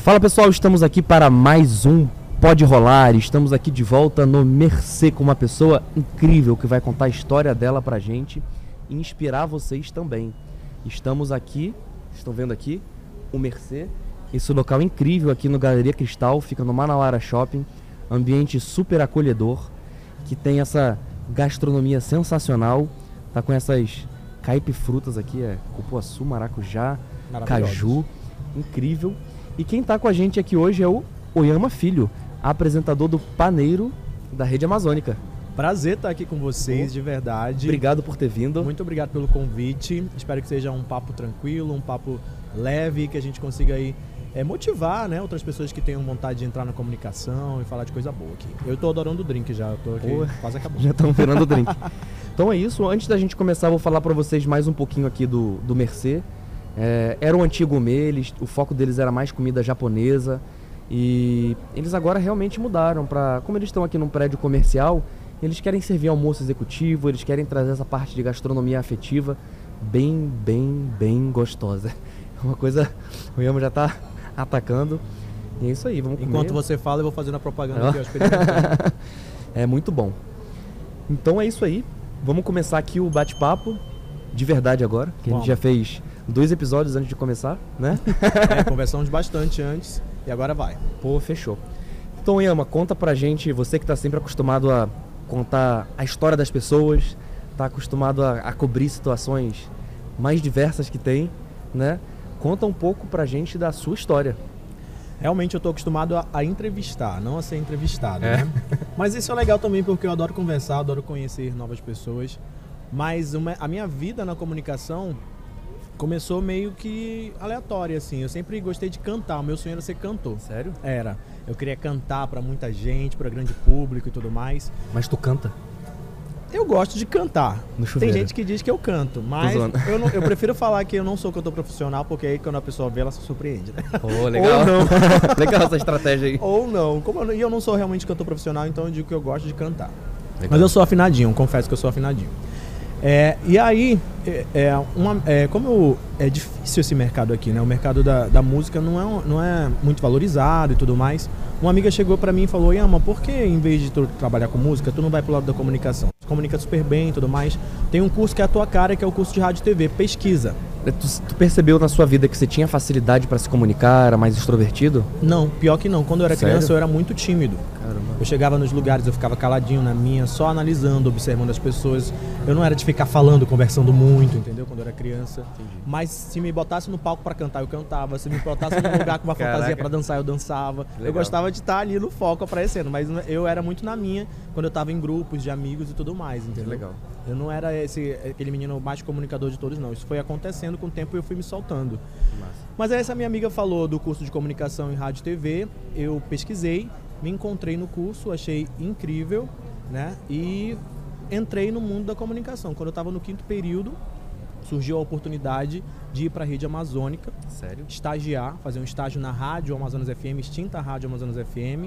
Fala pessoal, estamos aqui para mais um Pode Rolar. Estamos aqui de volta no Mercê com uma pessoa incrível que vai contar a história dela pra gente e inspirar vocês também. Estamos aqui, estão vendo aqui, o Mercê, esse local incrível aqui no Galeria Cristal, fica no Manauara Shopping, ambiente super acolhedor, que tem essa gastronomia sensacional, tá com essas caipifrutas aqui, cupuaçu, maracujá, caju, incrível. E quem tá com a gente aqui hoje é o Oyama Filho, apresentador do Paneiro da Rede Amazônica. Prazer estar aqui com vocês, de verdade. Obrigado por ter vindo. Muito obrigado pelo convite. Espero que seja um papo tranquilo, um papo leve, que a gente consiga aí motivar, né, outras pessoas que tenham vontade de entrar na comunicação e falar de coisa boa aqui. Eu tô adorando o drink já, eu tô aqui, quase acabou. Já estamos virando o drink. Então é isso, antes da gente começar, eu vou falar para vocês mais um pouquinho aqui do Mercê. Era um antigo gourmet, o foco deles era mais comida japonesa e eles agora realmente mudaram para, como eles estão aqui num prédio comercial, eles querem servir almoço executivo, eles querem trazer essa parte de gastronomia afetiva bem gostosa. É uma coisa, o Yama já tá atacando e é isso aí, vamos comer. Enquanto você fala, eu vou fazendo a propaganda aqui, ó, É muito bom. Então é isso aí, vamos começar aqui o bate-papo de verdade agora, que a gente já fez 2 episódios antes de começar, né? Conversamos bastante antes e agora vai. Pô, fechou. Então, Yama, conta pra gente, você que tá sempre acostumado a contar a história das pessoas, tá acostumado a cobrir situações mais diversas que tem, né? Conta um pouco pra gente da sua história. Realmente eu tô acostumado a entrevistar, não a ser entrevistado, né? Mas isso é legal também porque eu adoro conversar, adoro conhecer novas pessoas. Mas a minha vida na comunicação começou meio que aleatória, assim. Eu sempre gostei de cantar, o meu sonho era ser cantor. Sério? Era. Eu queria cantar pra muita gente, pra grande público e tudo mais. Mas tu canta? Eu gosto de cantar. No chuveiro. Tem gente que diz que eu canto, mas eu prefiro falar que eu não sou cantor profissional, porque aí quando a pessoa vê, ela se surpreende, né? Oh, legal. Ou não. Legal essa estratégia aí. Ou não. E eu não sou realmente cantor profissional, então eu digo que eu gosto de cantar. Legal. Mas eu sou afinadinho, confesso que eu sou afinadinho. E aí, como é difícil esse mercado aqui, né? O mercado da música não é muito valorizado e tudo mais. Uma amiga chegou pra mim e falou: Yama, por que em vez de tu trabalhar com música, tu não vai pro lado da comunicação? Tu comunica super bem e tudo mais. Tem um curso que é a tua cara, que é o curso de rádio e TV, pesquisa. Tu percebeu na sua vida que você tinha facilidade pra se comunicar, era mais extrovertido? Não, pior que não. Quando eu era Sério? criança, eu era muito tímido. Caramba. Eu chegava nos lugares, eu ficava caladinho na minha, só analisando, observando as pessoas. Eu não era de ficar falando, conversando muito, entendeu? Quando eu era criança. Entendi. Mas se me botasse no palco pra cantar, eu cantava. Se me botasse num lugar com uma fantasia pra dançar, eu dançava. Legal. Eu gostava de estar ali no foco aparecendo, mas eu era muito na minha quando eu tava em grupos de amigos e tudo mais, entendeu? Legal. Eu não era aquele menino mais comunicador de todos, não. Isso foi acontecendo com o tempo e eu fui me soltando. Massa. Mas aí essa minha amiga falou do curso de comunicação em rádio e TV, eu pesquisei, me encontrei no curso, achei incrível, né? E entrei no mundo da comunicação. Quando eu estava no 5º período, surgiu a oportunidade de ir para a Rede Amazônica. Sério? Estagiar, fazer um estágio na Rádio Amazonas FM, extinta Rádio Amazonas FM.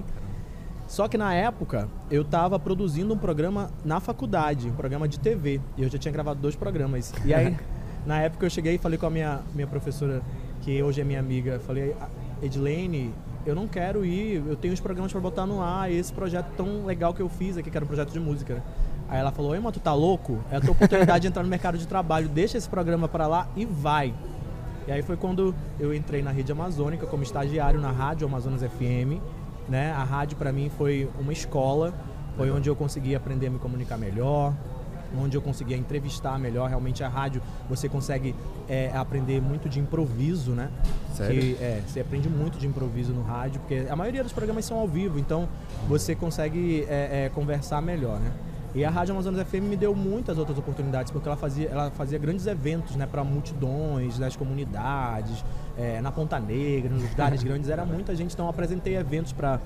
Só que na época, eu estava produzindo um programa na faculdade, um programa de TV. E eu já tinha gravado 2 programas. E aí, na época, eu cheguei e falei com a minha professora, que hoje é minha amiga, falei: Edilene, eu não quero ir, eu tenho os programas para botar no ar, e esse projeto tão legal que eu fiz aqui, que era um projeto de música, né? Aí ela falou: mas tu tá louco? É a tua oportunidade de entrar no mercado de trabalho, deixa esse programa para lá e vai. E aí foi quando eu entrei na Rede Amazônica como estagiário na Rádio Amazonas FM, né? A rádio para mim foi uma escola, foi onde eu consegui aprender a me comunicar melhor, onde eu conseguia entrevistar melhor. Realmente a rádio você consegue aprender muito de improviso, né? Sério? Você aprende muito de improviso no rádio, porque a maioria dos programas são ao vivo, então você consegue conversar melhor, né? E a Rádio Amazonas FM me deu muitas outras oportunidades, porque ela fazia grandes eventos, né, para multidões, nas comunidades, na Ponta Negra, nos lugares grandes, era muita gente, então eu apresentei eventos para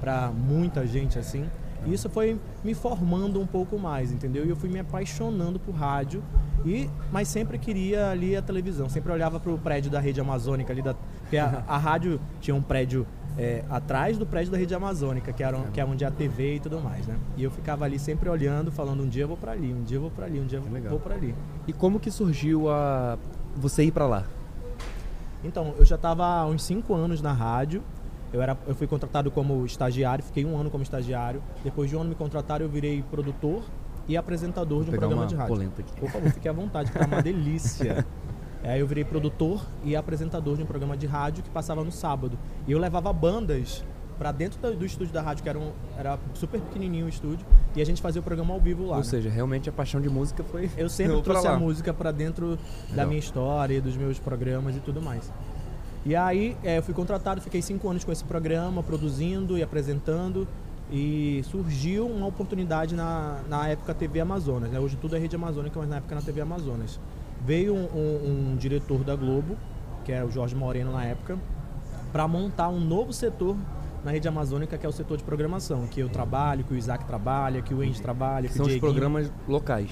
muita gente, assim. E isso foi me formando um pouco mais, entendeu? E eu fui me apaixonando por rádio, mas sempre queria ali a televisão. Sempre olhava para o prédio da Rede Amazônica, porque a rádio tinha um prédio atrás do prédio da Rede Amazônica, que é onde é a TV e tudo mais, né? E eu ficava ali sempre olhando, falando: um dia eu vou para ali, um dia eu vou para ali, um dia eu vou para ali. E como que surgiu você ir pra lá? Então, eu já estava há uns 5 anos na rádio. Eu fui contratado como estagiário, fiquei 1 ano como estagiário. Depois de 1 ano me contrataram, eu virei produtor e apresentador de um programa de rádio. Polenta aqui. Por favor, fique à vontade, que tá uma delícia. Aí eu virei produtor e apresentador de um programa de rádio que passava no sábado. E eu levava bandas para dentro do estúdio da rádio, que era super pequenininho o estúdio, e a gente fazia o programa ao vivo lá. Ou seja, realmente a paixão de música foi... Eu sempre trouxe a música para dentro da minha história, dos meus programas e tudo mais. E aí eu fui contratado, fiquei 5 anos com esse programa, produzindo e apresentando, e surgiu uma oportunidade na época TV Amazonas, né? Hoje tudo é Rede Amazônica, mas na época na TV Amazonas. Veio um diretor da Globo, que era o Jorge Moreno na época, para montar um novo setor na Rede Amazônica, que é o setor de programação, que eu trabalho, que o Isaac trabalha, que o Andy trabalha, que são o os Dieguinho. programas locais.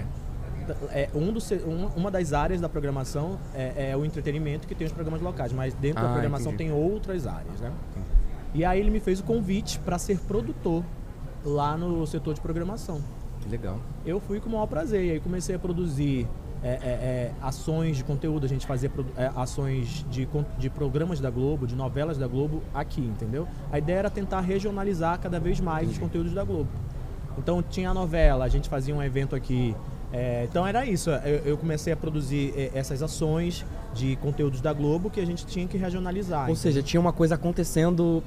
Uma das áreas da programação é o entretenimento, que tem os programas locais, mas dentro da programação tem outras áreas, né? E aí ele me fez o convite para ser produtor lá no setor de programação. Que legal. Eu fui com o maior prazer, e aí comecei a produzir ações de conteúdo, a gente fazia ações de programas da Globo, de novelas da Globo aqui, entendeu? A ideia era tentar regionalizar cada vez mais os conteúdos da Globo. Então tinha a novela, a gente fazia um evento aqui. Então era isso, eu comecei a produzir essas ações de conteúdos da Globo que a gente tinha que regionalizar. Ou seja, tinha uma coisa acontecendo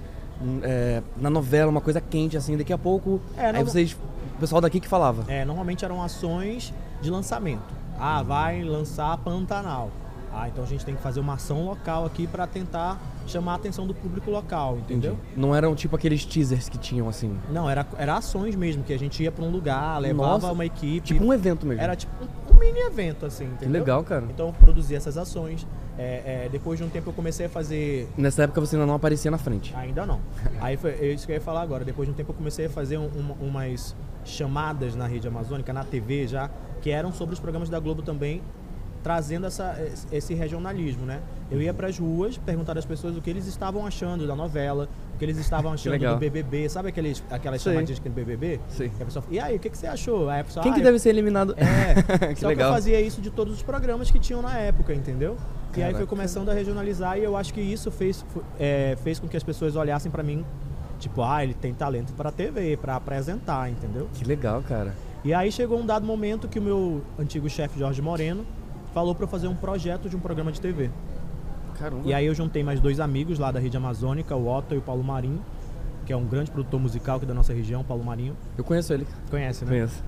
na novela, uma coisa quente assim, daqui a pouco, aí vocês, o pessoal daqui que falava. Normalmente eram ações de lançamento. Vai lançar Pantanal. Então a gente tem que fazer uma ação local aqui para tentar chamar a atenção do público local, entendeu? Entendi. Não eram tipo aqueles teasers que tinham assim? Não, era ações mesmo, que a gente ia para um lugar, levava uma equipe. Tipo um evento mesmo? Era tipo um mini evento, assim, entendeu? Que legal, cara. Então eu produzia essas ações. Depois de um tempo eu comecei a fazer... Nessa época você ainda não aparecia na frente? Ainda não. Aí foi isso que eu ia falar agora. Depois de um tempo eu comecei a fazer umas chamadas na Rede Amazônica, na TV já, que eram sobre os programas da Globo também, trazendo esse regionalismo, né? Eu ia para as ruas perguntar às pessoas o que eles estavam achando da novela, o que eles estavam achando do BBB. Sabe aquelas chamadinhas do BBB? Sim. Que a pessoa fala, e aí, o que você achou? Aí a pessoa, quem que deve ser eliminado? Que só legal. Que eu fazia isso de todos os programas que tinham na época, entendeu? Caraca. E aí foi começando a regionalizar, e eu acho que isso fez com que as pessoas olhassem para mim, tipo, ele tem talento para TV, para apresentar, entendeu? Que legal, cara. E aí chegou um dado momento que o meu antigo chefe, Jorge Moreno, falou para eu fazer um projeto de um programa de TV. Caramba. E aí eu juntei mais 2 amigos lá da Rede Amazônica, o Otto e o Paulo Marinho, que é um grande produtor musical aqui da nossa região, Paulo Marinho. Eu conheço ele. Conhece, né? Conheço.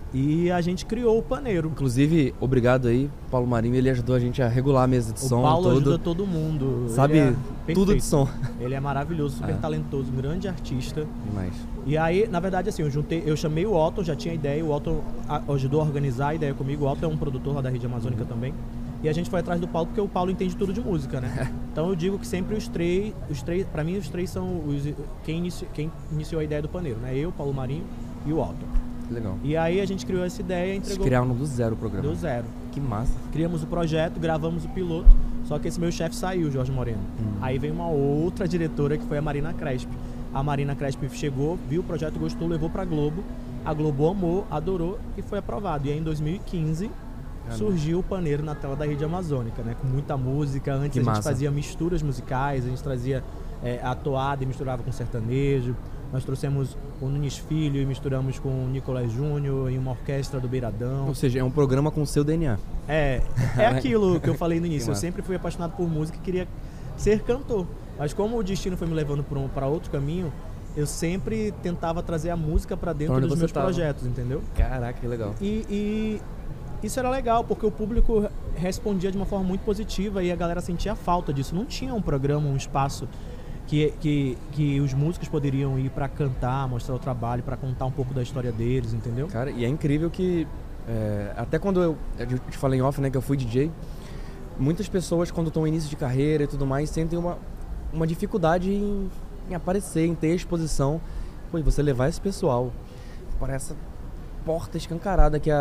E a gente criou o Paneiro. Inclusive, obrigado aí, Paulo Marinho, ele ajudou a gente a regular a mesa de som. O Paulo ajuda todo mundo. Sabe tudo de som. Ele é maravilhoso, super talentoso, um grande artista. Demais. E aí, na verdade, assim, eu chamei o Otto, já tinha ideia, o Otto ajudou a organizar a ideia comigo. O Otto é um produtor lá da Rede Amazônica também. E a gente foi atrás do Paulo porque o Paulo entende tudo de música, né? Então eu digo que sempre os três, pra mim os três são quem iniciou a ideia do Paneiro, né? Eu, Paulo Marinho e o Otto. Legal. E aí a gente criou essa ideia e entregou... Vocês criaram do zero o programa? Do zero. Que massa. Criamos o projeto, gravamos o piloto, só que esse meu chefe saiu, Jorge Moreno. Aí veio uma outra diretora que foi a Marina Cresp. A Marina Cresp chegou, viu o projeto, gostou, levou pra Globo. A Globo amou, adorou e foi aprovado. E aí em 2015 surgiu o Paneiro na tela da Rede Amazônica, né? Com muita música. Antes a gente fazia misturas musicais, a gente trazia a toada e misturava com sertanejo. Nós trouxemos o Nunes Filho e misturamos com o Nicolás Júnior em uma orquestra do Beiradão. Ou seja, é um programa com o seu DNA. É aquilo que eu falei no início. Eu sempre fui apaixonado por música e queria ser cantor. Mas como o destino foi me levando para outro caminho, eu sempre tentava trazer a música para dentro dos meus projetos, entendeu? Caraca, que legal. E isso era legal, porque o público respondia de uma forma muito positiva e a galera sentia falta disso. Não tinha um programa, um espaço que os músicos poderiam ir para cantar, mostrar o trabalho, para contar um pouco da história deles, entendeu? Cara, e é incrível que até quando eu te falei em off, né, que eu fui DJ, muitas pessoas quando estão no início de carreira e tudo mais sentem uma dificuldade em aparecer, em ter exposição. Pô, e você levar esse pessoal para essa porta escancarada que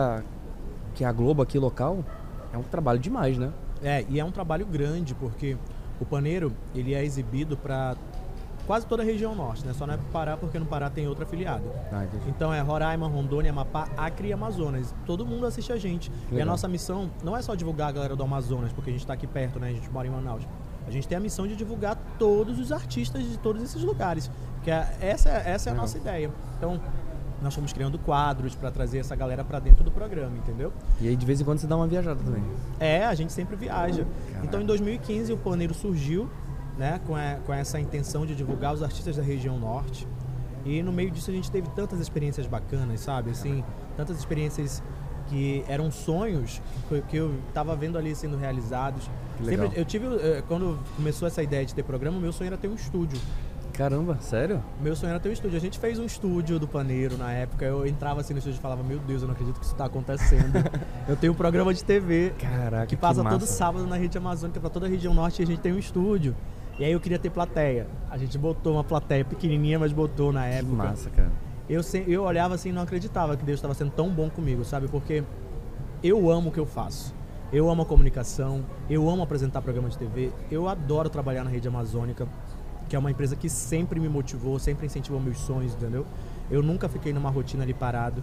a Globo aqui local, é um trabalho demais, né? E é um trabalho grande, porque o Paneiro, ele é exibido para quase toda a região norte, né? Só não é para Pará, porque no Pará tem outra afiliada. Então é Roraima, Rondônia, Amapá, Acre e Amazonas. Todo mundo assiste a gente. Legal. E a nossa missão não é só divulgar a galera do Amazonas, porque a gente está aqui perto, né? A gente mora em Manaus. A gente tem a missão de divulgar todos os artistas de todos esses lugares. Que essa é a nossa ideia. Então, nós fomos criando quadros para trazer essa galera para dentro do programa, entendeu? E aí de vez em quando você dá uma viajada também. A gente sempre viaja. Caraca. Então em 2015 o Paneiro surgiu, né, com essa intenção de divulgar os artistas da região norte. E no meio disso a gente teve tantas experiências bacanas, sabe? Assim, tantas experiências que eram sonhos que eu tava vendo ali sendo realizados. Legal. Sempre, eu tive, quando começou essa ideia de ter programa, o meu sonho era ter um estúdio. Caramba, sério? Meu sonho era ter um estúdio. A gente fez um estúdio do Paneiro na época. Eu entrava assim no estúdio e falava, meu Deus, eu não acredito que isso tá acontecendo. Eu tenho um programa de TV. Caraca, que passa todo sábado na rede amazônica pra toda a região norte, e a gente tem um estúdio. E aí eu queria ter plateia. A gente botou uma plateia pequenininha, mas botou na época. Que massa, cara. Eu olhava assim e não acreditava que Deus estava sendo tão bom comigo, sabe? Porque eu amo o que eu faço. Eu amo a comunicação, eu amo apresentar programa de TV, eu adoro trabalhar na rede amazônica, que é uma empresa que sempre me motivou, sempre incentivou meus sonhos, entendeu? Eu nunca fiquei numa rotina ali parado.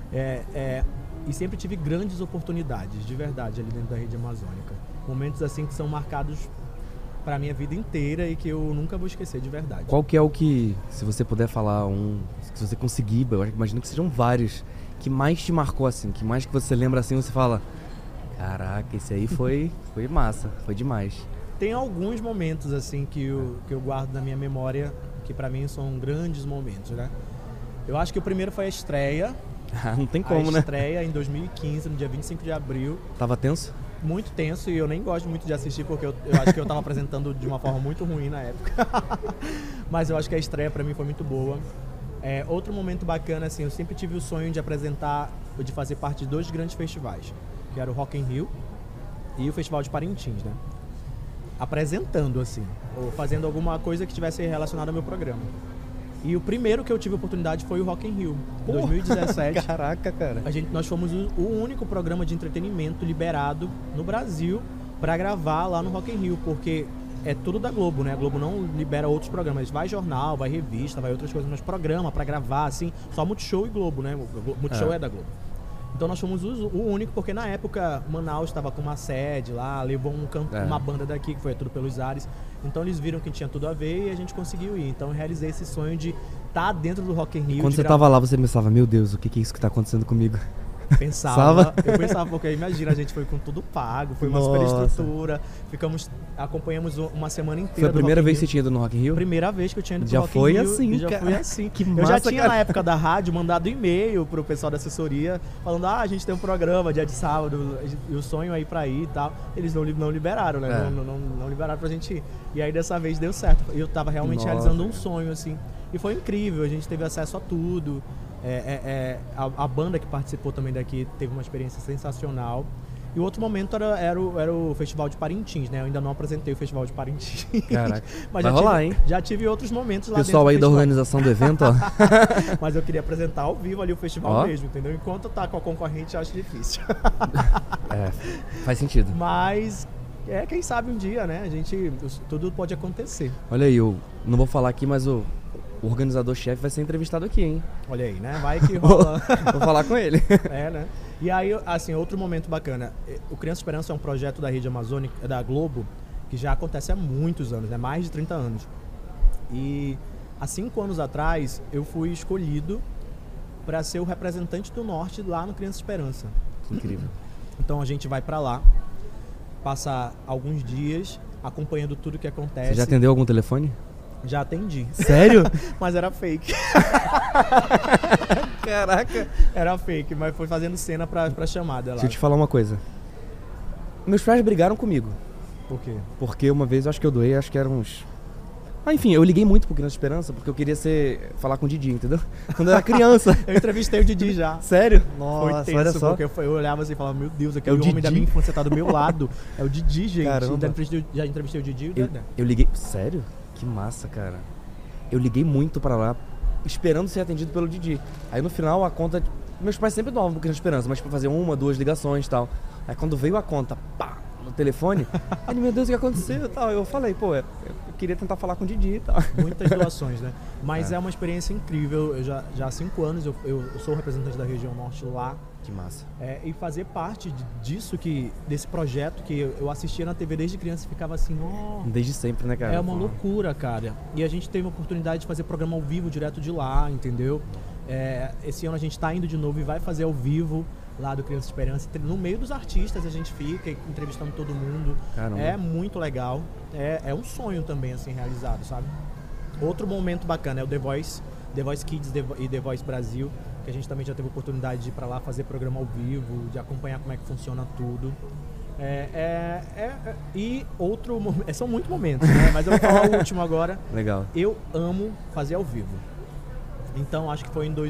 E sempre tive grandes oportunidades, de verdade, ali dentro da rede amazônica. Momentos assim que são marcados pra minha vida inteira e que eu nunca vou esquecer, de verdade. Qual que é o que, se você puder falar se você conseguir, eu imagino que sejam vários, que mais te marcou assim, que mais que você lembra assim, você fala, caraca, esse aí foi massa, foi demais. Tem alguns momentos assim que eu guardo na minha memória, que pra mim são grandes momentos, né? Eu acho que o primeiro foi a estreia. Não tem como, né? A estreia em 2015, no dia 25 de abril. Tava tenso? Muito tenso, e eu nem gosto muito de assistir porque eu acho que eu tava apresentando de uma forma muito ruim na época. Mas eu acho que a estreia pra mim foi muito boa. Outro momento bacana, assim, eu sempre tive o sonho de apresentar, de fazer parte de 2 grandes festivais, que era o Rock in Rio e o Festival de Parintins, né? Apresentando, assim, ou fazendo alguma coisa que tivesse relacionada ao meu programa. E o primeiro que eu tive a oportunidade foi o Rock in Rio, em 2017. Caraca, cara. Nós fomos o único programa de entretenimento liberado no Brasil para gravar lá no Rock in Rio, porque é tudo da Globo, né? A Globo não libera outros programas. Vai jornal, vai revista, vai outras coisas, mas programa para gravar, assim, só Multishow e Globo, né? Multishow é da Globo. Então nós fomos o único, porque na época Manaus estava com uma sede lá, levou uma banda daqui, que foi Tudo Pelos Ares. Então eles viram que tinha tudo a ver e a gente conseguiu ir. Então eu realizei esse sonho de estar dentro do Rock in Rio. Quando você tava lá, você pensava, meu Deus, o que é isso que tá acontecendo comigo? Eu pensava, porque imagina, a gente foi com tudo pago, foi uma super estrutura, acompanhamos uma semana inteira. Foi a primeira vez que você tinha ido no Rock in Rio? Primeira vez que eu tinha ido pro Rock in Rio. Já foi assim. Que massa, eu já tinha, na época da rádio, mandado e-mail pro pessoal da assessoria, falando, a gente tem um programa dia de sábado, e o sonho aí pra ir e tal. Eles não liberaram, né? Não liberaram pra gente ir. E aí dessa vez deu certo. Eu tava realmente realizando um sonho, assim. E foi incrível, a gente teve acesso a tudo. A banda que participou também daqui teve uma experiência sensacional. E o outro momento era o Festival de Parintins, né? Eu ainda não apresentei o Festival de Parintins. Caraca, mas vai rolar, hein? Já tive outros momentos lá dentro. Pessoal aí da organização do evento, ó. Mas eu queria apresentar ao vivo ali o festival mesmo, entendeu? Enquanto tá com a concorrente, eu acho difícil. Faz sentido. Mas, quem sabe um dia, né? Tudo pode acontecer. Olha aí, eu não vou falar aqui, mas o organizador-chefe vai ser entrevistado aqui, hein? Olha aí, né? Vai que rola. Vou falar com ele. Né? E aí, assim, outro momento bacana. O Criança Esperança é um projeto da Rede Amazônica, da Globo, que já acontece há muitos anos, né? Mais de 30 anos. E há 5 anos atrás, eu fui escolhido para ser o representante do Norte lá no Criança Esperança. Que incrível. Então a gente vai para lá, passa alguns dias acompanhando tudo que acontece. Você já atendeu algum telefone? Já atendi. Sério? Mas era fake. Caraca. Era fake, mas foi fazendo cena pra chamada lá. Deixa eu te falar uma coisa. Meus pais brigaram comigo. Por quê? Porque uma vez eu acho que eu doei, acho que eram uns... enfim, eu liguei muito pro Criança Esperança porque eu queria falar com o Didi, entendeu? Quando eu era criança. Eu entrevistei o Didi já. Sério? Nossa, foi tenso, olha só. Porque eu olhava assim e falava, meu Deus, aquele homem Didi? da minha infância tá do meu lado. É o Didi, gente. Caramba. Já entrevistei o Didi e o Dedé. Eu liguei... Sério? Que massa, cara. Eu liguei muito pra lá, esperando ser atendido pelo Didi. Aí no final a conta... Meus pais sempre doavam pro Criança Esperança, mas pra fazer 1, 2 ligações e tal. Aí quando veio a conta, pá, no telefone, ele, meu Deus, o que aconteceu e tal? Eu falei, queria tentar falar com o Didi e tal. Muitas doações, né? Mas é uma experiência incrível. Eu já há 5 anos eu sou representante da região norte lá. Que massa. E fazer parte disso, desse projeto que eu assistia na TV desde criança e ficava assim, Desde sempre, né, cara? É uma loucura, cara. E a gente teve a oportunidade de fazer programa ao vivo direto de lá, entendeu? Esse ano a gente tá indo de novo e vai fazer ao vivo lá do Criança Esperança. No meio dos artistas a gente fica entrevistando todo mundo. Caramba. É muito legal. É um sonho também, assim, realizado, sabe? Outro momento bacana é o The Voice Kids e The Voice Brasil, que a gente também já teve a oportunidade de ir pra lá fazer programa ao vivo, de acompanhar como é que funciona tudo. E outro momento, são muitos momentos, né? Mas eu vou falar o último agora. Legal. Eu amo fazer ao vivo. Então acho que foi em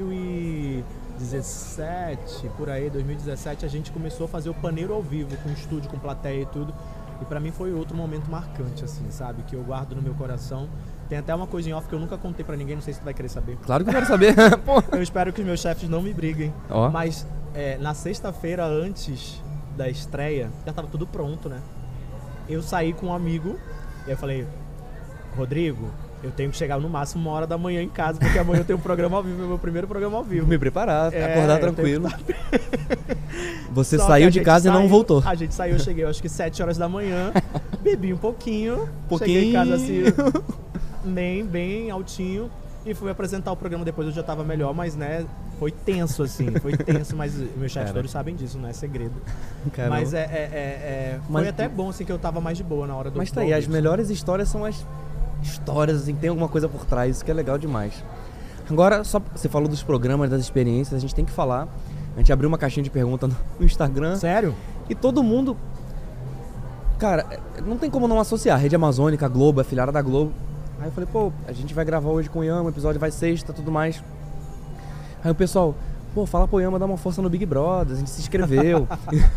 2017, por aí, 2017, a gente começou a fazer o Paneiro ao vivo, com estúdio, com plateia e tudo. E pra mim foi outro momento marcante, assim, sabe? Que eu guardo no meu coração. Tem até uma coisa em off que eu nunca contei pra ninguém, não sei se tu vai querer saber. Claro que eu quero saber. Pô. Eu espero que os meus chefes não me briguem. Ó. Mas na sexta-feira, antes da estreia, já tava tudo pronto, né? Eu saí com um amigo e eu falei, Rodrigo, eu tenho que chegar no máximo 1h da manhã em casa, porque amanhã eu tenho um programa ao vivo, é meu primeiro programa ao vivo. Me preparar, acordar tranquilo. Você Só saiu de casa e não voltou. A gente saiu, eu cheguei acho que 7 horas da manhã, bebi um pouquinho, Pouquinho. cheguei em casa assim, bem altinho, e fui apresentar o programa. Depois eu já tava melhor, mas né, foi tenso assim, mas meus chefes todos sabem disso, não é segredo. Caramba. Mas foi até bom assim que eu tava mais de boa na hora do. Mas tá aí, as melhores histórias são as histórias, assim, tem alguma coisa por trás, isso que é legal demais. Agora, só você falou dos programas, das experiências, a gente tem que falar. A gente abriu uma caixinha de pergunta no Instagram. Sério? E todo mundo... Cara, não tem como não associar. Rede Amazônica, Globo, é filiada da Globo. Aí eu falei, pô, a gente vai gravar hoje com o Yama, o episódio vai sexta, tudo mais. Aí o pessoal, pô, fala pro Yama dar uma força no Big Brother, a gente se inscreveu.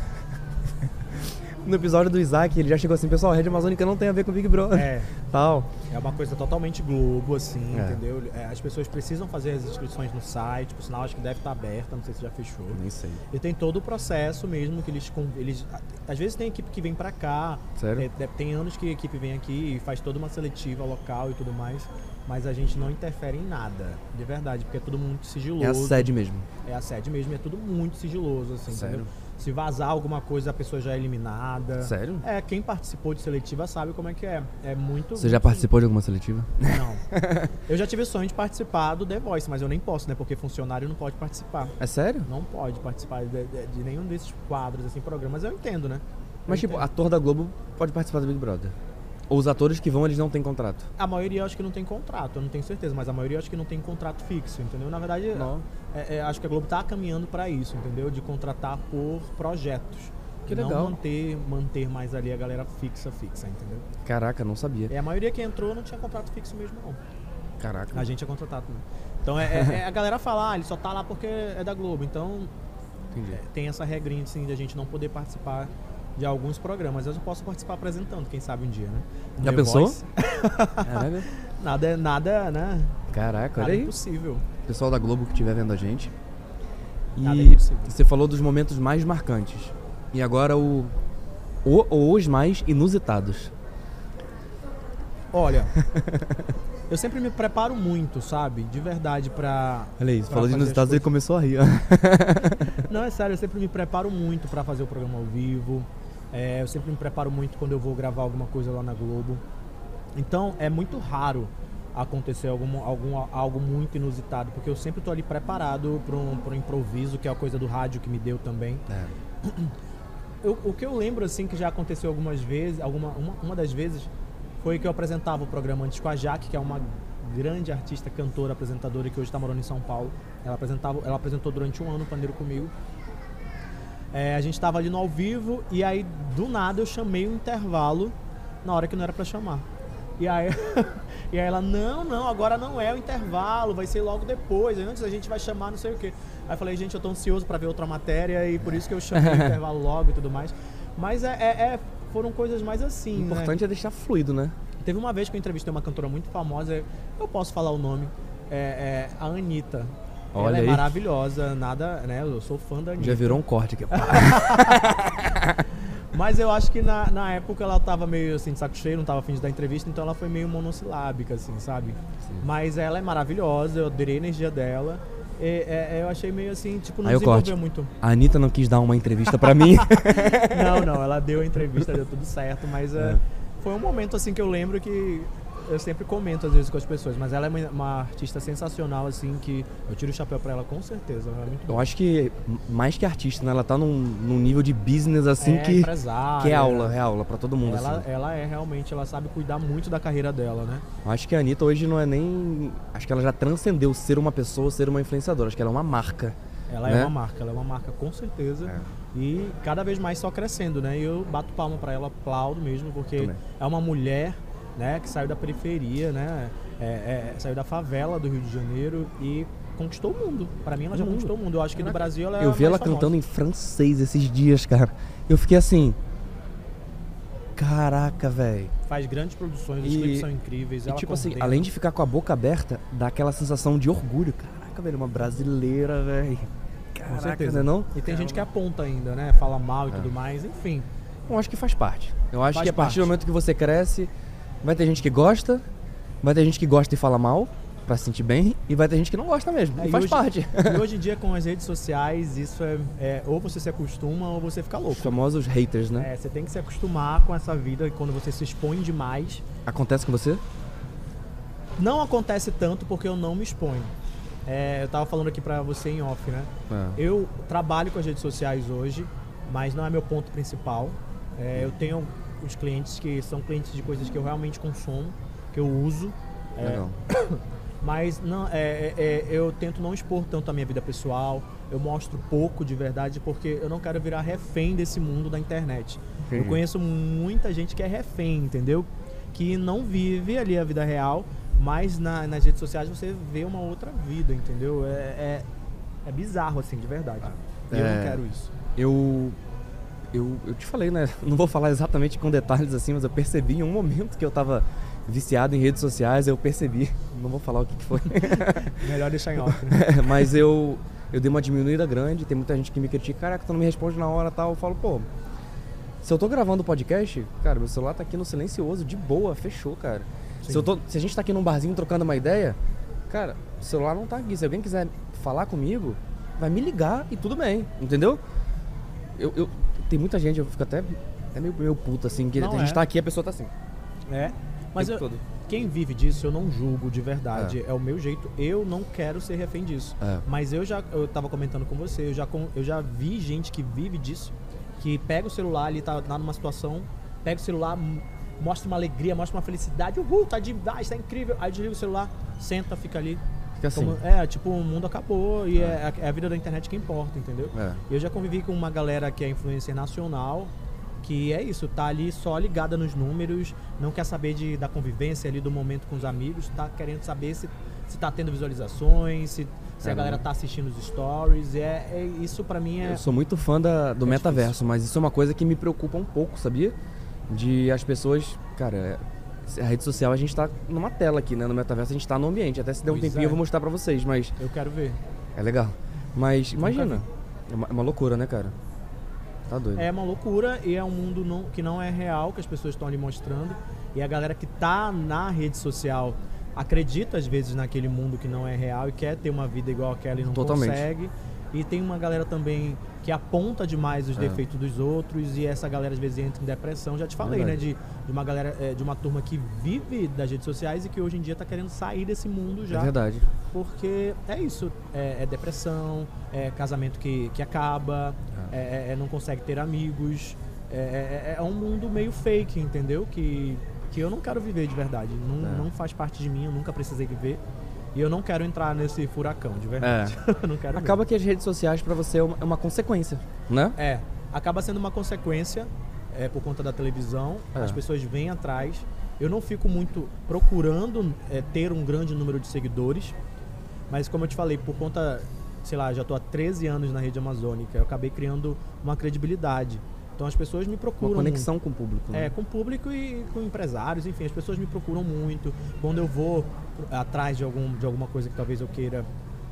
No episódio do Isaac, ele já chegou assim, pessoal, a Rede Amazônica não tem a ver com o Big Brother. Tal. É uma coisa totalmente Globo, assim, entendeu? As pessoas precisam fazer as inscrições no site, por sinal, acho que deve estar aberta, não sei se já fechou. Nem sei. E tem todo o processo mesmo, que eles às vezes tem equipe que vem pra cá. Sério? Tem anos que a equipe vem aqui e faz toda uma seletiva local e tudo mais, mas a gente não interfere em nada, de verdade, porque é tudo muito sigiloso. É a sede mesmo. É a sede mesmo, e é tudo muito sigiloso, assim, Sério? entendeu? Se vazar alguma coisa, a pessoa já é eliminada. Sério? Quem participou de seletiva sabe como é que é. É muito... Você já participou de alguma seletiva? Não. Eu já tive o sonho de participar do The Voice, mas eu nem posso, né? Porque funcionário não pode participar. É sério? Não pode participar de nenhum desses quadros, assim, programas. Eu entendo, né? Mas tipo, ator da Globo pode participar do Big Brother? Ou os atores que vão, eles não têm contrato? A maioria eu acho que não tem contrato, eu não tenho certeza, mas a maioria eu acho que não tem contrato fixo, entendeu? Na verdade, acho que a Globo tá caminhando para isso, entendeu? De contratar por projetos. Que não legal. manter mais ali a galera fixa, entendeu? Caraca, não sabia. A maioria que entrou não tinha contrato fixo mesmo, não. Caraca. A gente é contratado. Então a galera fala, ele só tá lá porque é da Globo. Então tem essa regrinha assim, de a gente não poder participar de alguns programas. Eu posso participar apresentando, quem sabe um dia, né? Já pensou? Caraca. Nada, né? Caraca, Nada olha aí. impossível. Pessoal da Globo que estiver vendo a gente. Nada E impossível. você falou dos momentos mais marcantes. E agora os mais inusitados. Olha, eu sempre me preparo muito, sabe? De verdade pra... Olha isso, pra falou de fazer inusitados as e começou a rir. Ó. Não, é sério, eu sempre me preparo muito pra fazer o programa ao vivo. Eu sempre me preparo muito quando eu vou gravar alguma coisa lá na Globo. Então, é muito raro acontecer algo muito inusitado, porque eu sempre tô ali preparado pro improviso, que é a coisa do rádio que me deu também. O que eu lembro, assim, que já aconteceu algumas vezes, uma das vezes, foi que eu apresentava o programa antes com a Jaque, que é uma grande artista, cantora, apresentadora, que hoje está morando em São Paulo. Ela apresentou durante 1 ano o Paneiro comigo. A gente estava ali no ao vivo e aí, do nada, eu chamei um intervalo na hora que não era para chamar. E aí ela, não, agora não é o intervalo, vai ser logo depois, antes a gente vai chamar não sei o quê. Aí eu falei, gente, eu tô ansioso para ver outra matéria e por isso que eu chamei o intervalo logo e tudo mais. Mas foram coisas mais assim, O importante é deixar fluido, né? Teve uma vez que eu entrevistei uma cantora muito famosa, eu posso falar o nome, a Anitta. Olha ela aí. é maravilhosa, nada, né? Eu sou fã da Anitta. Já virou um corte aqui. Mas eu acho que na época ela tava meio assim, de saco cheio, não tava afim de dar entrevista, então ela foi meio monossilábica, assim, sabe? Sim. Mas ela é maravilhosa, eu adorei a energia dela. Eu achei meio assim, tipo, não Aí eu desenvolveu corte. muito. A Anitta não quis dar uma entrevista pra mim. Não, ela deu a entrevista, deu tudo certo, mas foi um momento assim que eu lembro que eu sempre comento às vezes com as pessoas, mas ela é uma artista sensacional, assim, que eu tiro o chapéu pra ela com certeza. Ela é muito Eu acho que mais que artista, né? Ela tá num nível de business assim que empresária, é aula pra todo mundo. ela, assim. ela é realmente, ela sabe cuidar muito da carreira dela, né? Eu acho que a Anitta hoje não é nem... Acho que ela já transcendeu ser uma pessoa, ser uma influenciadora. Acho que ela é uma marca. Ela né? é uma marca com certeza. E cada vez mais só crescendo, né? E eu bato palma pra ela, aplaudo mesmo, porque Também. é uma mulher, né, que saiu da periferia, né? Saiu da favela do Rio de Janeiro e conquistou o mundo. Pra mim ela já conquistou o mundo. Eu acho que no Brasil ela é Eu vi ela cantando em francês esses dias, cara. Eu fiquei assim... Caraca, velho. Faz grandes produções, os clipes são incríveis. E Ela tipo assim, coordena. além de ficar com a boca aberta, dá aquela sensação de orgulho. Caraca, velho, uma brasileira, velho. Com Caraca, certeza. não? E tem gente que aponta ainda, né? Fala mal e tudo mais, enfim. Eu acho que faz parte. Eu acho Faz que a partir parte. do momento que você cresce, vai ter gente que gosta, vai ter gente que gosta e fala mal, pra se sentir bem, e vai ter gente que não gosta mesmo. E faz parte. E hoje em dia, com as redes sociais, isso ou você se acostuma ou você fica Os louco. famosos haters, né? Você tem que se acostumar com essa vida e quando você se expõe demais. Acontece com você? Não acontece tanto porque eu não me exponho. Eu tava falando aqui pra você em off, né? Eu trabalho com as redes sociais hoje, mas não é meu ponto principal. Eu tenho os clientes que são clientes de coisas que eu realmente consumo, que eu uso. Legal. Mas não, eu tento não expor tanto a minha vida pessoal. Eu mostro pouco de verdade porque eu não quero virar refém desse mundo da internet. Entendi. Eu conheço muita gente que é refém, entendeu? Que não vive ali a vida real, mas nas redes sociais você vê uma outra vida, entendeu? É bizarro assim, de verdade. E eu não quero isso. Eu te falei, né? Não vou falar exatamente com detalhes assim, mas eu percebi em um momento que eu tava viciado em redes sociais, eu percebi, não vou falar o que foi. Melhor deixar em off, né? Mas eu dei uma diminuída grande, tem muita gente que me critica, caraca, tu não me responde na hora e tal. Eu falo, pô, se eu tô gravando o podcast, cara, meu celular tá aqui no silencioso, de boa, fechou, cara. Se a gente tá aqui num barzinho trocando uma ideia, cara, o celular não tá aqui. Se alguém quiser falar comigo, vai me ligar e tudo bem, entendeu? Tem muita gente, eu fico até meio puto, assim, que a gente tá aqui e a pessoa tá assim. Mas quem vive disso, eu não julgo de verdade. É o meu jeito. Eu não quero ser refém disso. Mas eu tava comentando com você, eu já vi gente que vive disso, que pega o celular ali, tá numa situação, pega o celular, mostra uma alegria, mostra uma felicidade, tá demais, tá incrível. Aí desliga o celular, senta, fica ali. Fica assim. Tipo, o mundo acabou e é a vida da internet que importa, entendeu? Eu já convivi com uma galera que é influencer nacional, que é isso, tá ali só ligada nos números, não quer saber da convivência ali, do momento com os amigos, tá querendo saber se tá tendo visualizações, se a galera tá assistindo os stories, isso pra mim Eu sou muito fã do metaverso, difícil. Mas isso é uma coisa que me preocupa um pouco, sabia? De as pessoas, cara, a rede social a gente tá numa tela aqui, né? No metaverso a gente tá no ambiente, até se der um tempinho eu vou mostrar pra vocês, mas... Eu quero ver. É legal, mas imagina, é uma loucura, né, cara? Tá doido. É uma loucura e é um mundo que não é real, que as pessoas estão ali mostrando. E a galera que tá na rede social acredita às vezes naquele mundo que não é real e quer ter uma vida igual aquela e não consegue. E tem uma galera também que aponta demais os defeitos dos outros e essa galera às vezes entra em depressão. Já te falei, né? De uma galera, de uma turma que vive das redes sociais e que hoje em dia tá querendo sair desse mundo já. É verdade. Porque é isso, é depressão, é casamento que acaba, não consegue ter amigos. É um mundo meio fake, entendeu? Que eu não quero viver de verdade. Não faz parte de mim, eu nunca precisei viver. E eu não quero entrar nesse furacão, de verdade. Eu não quero Acaba que as redes sociais pra você é uma consequência, né? Acaba sendo uma consequência por conta da televisão. As pessoas vêm atrás. Eu não fico muito procurando ter um grande número de seguidores. Mas como eu te falei, por conta, sei lá, já tô há 13 anos na rede amazônica, eu acabei criando uma credibilidade. Então as pessoas me procuram. Uma conexão com o público, né? Com o público e com empresários, enfim, as pessoas me procuram muito. Quando eu vou atrás de alguma coisa que talvez eu queira,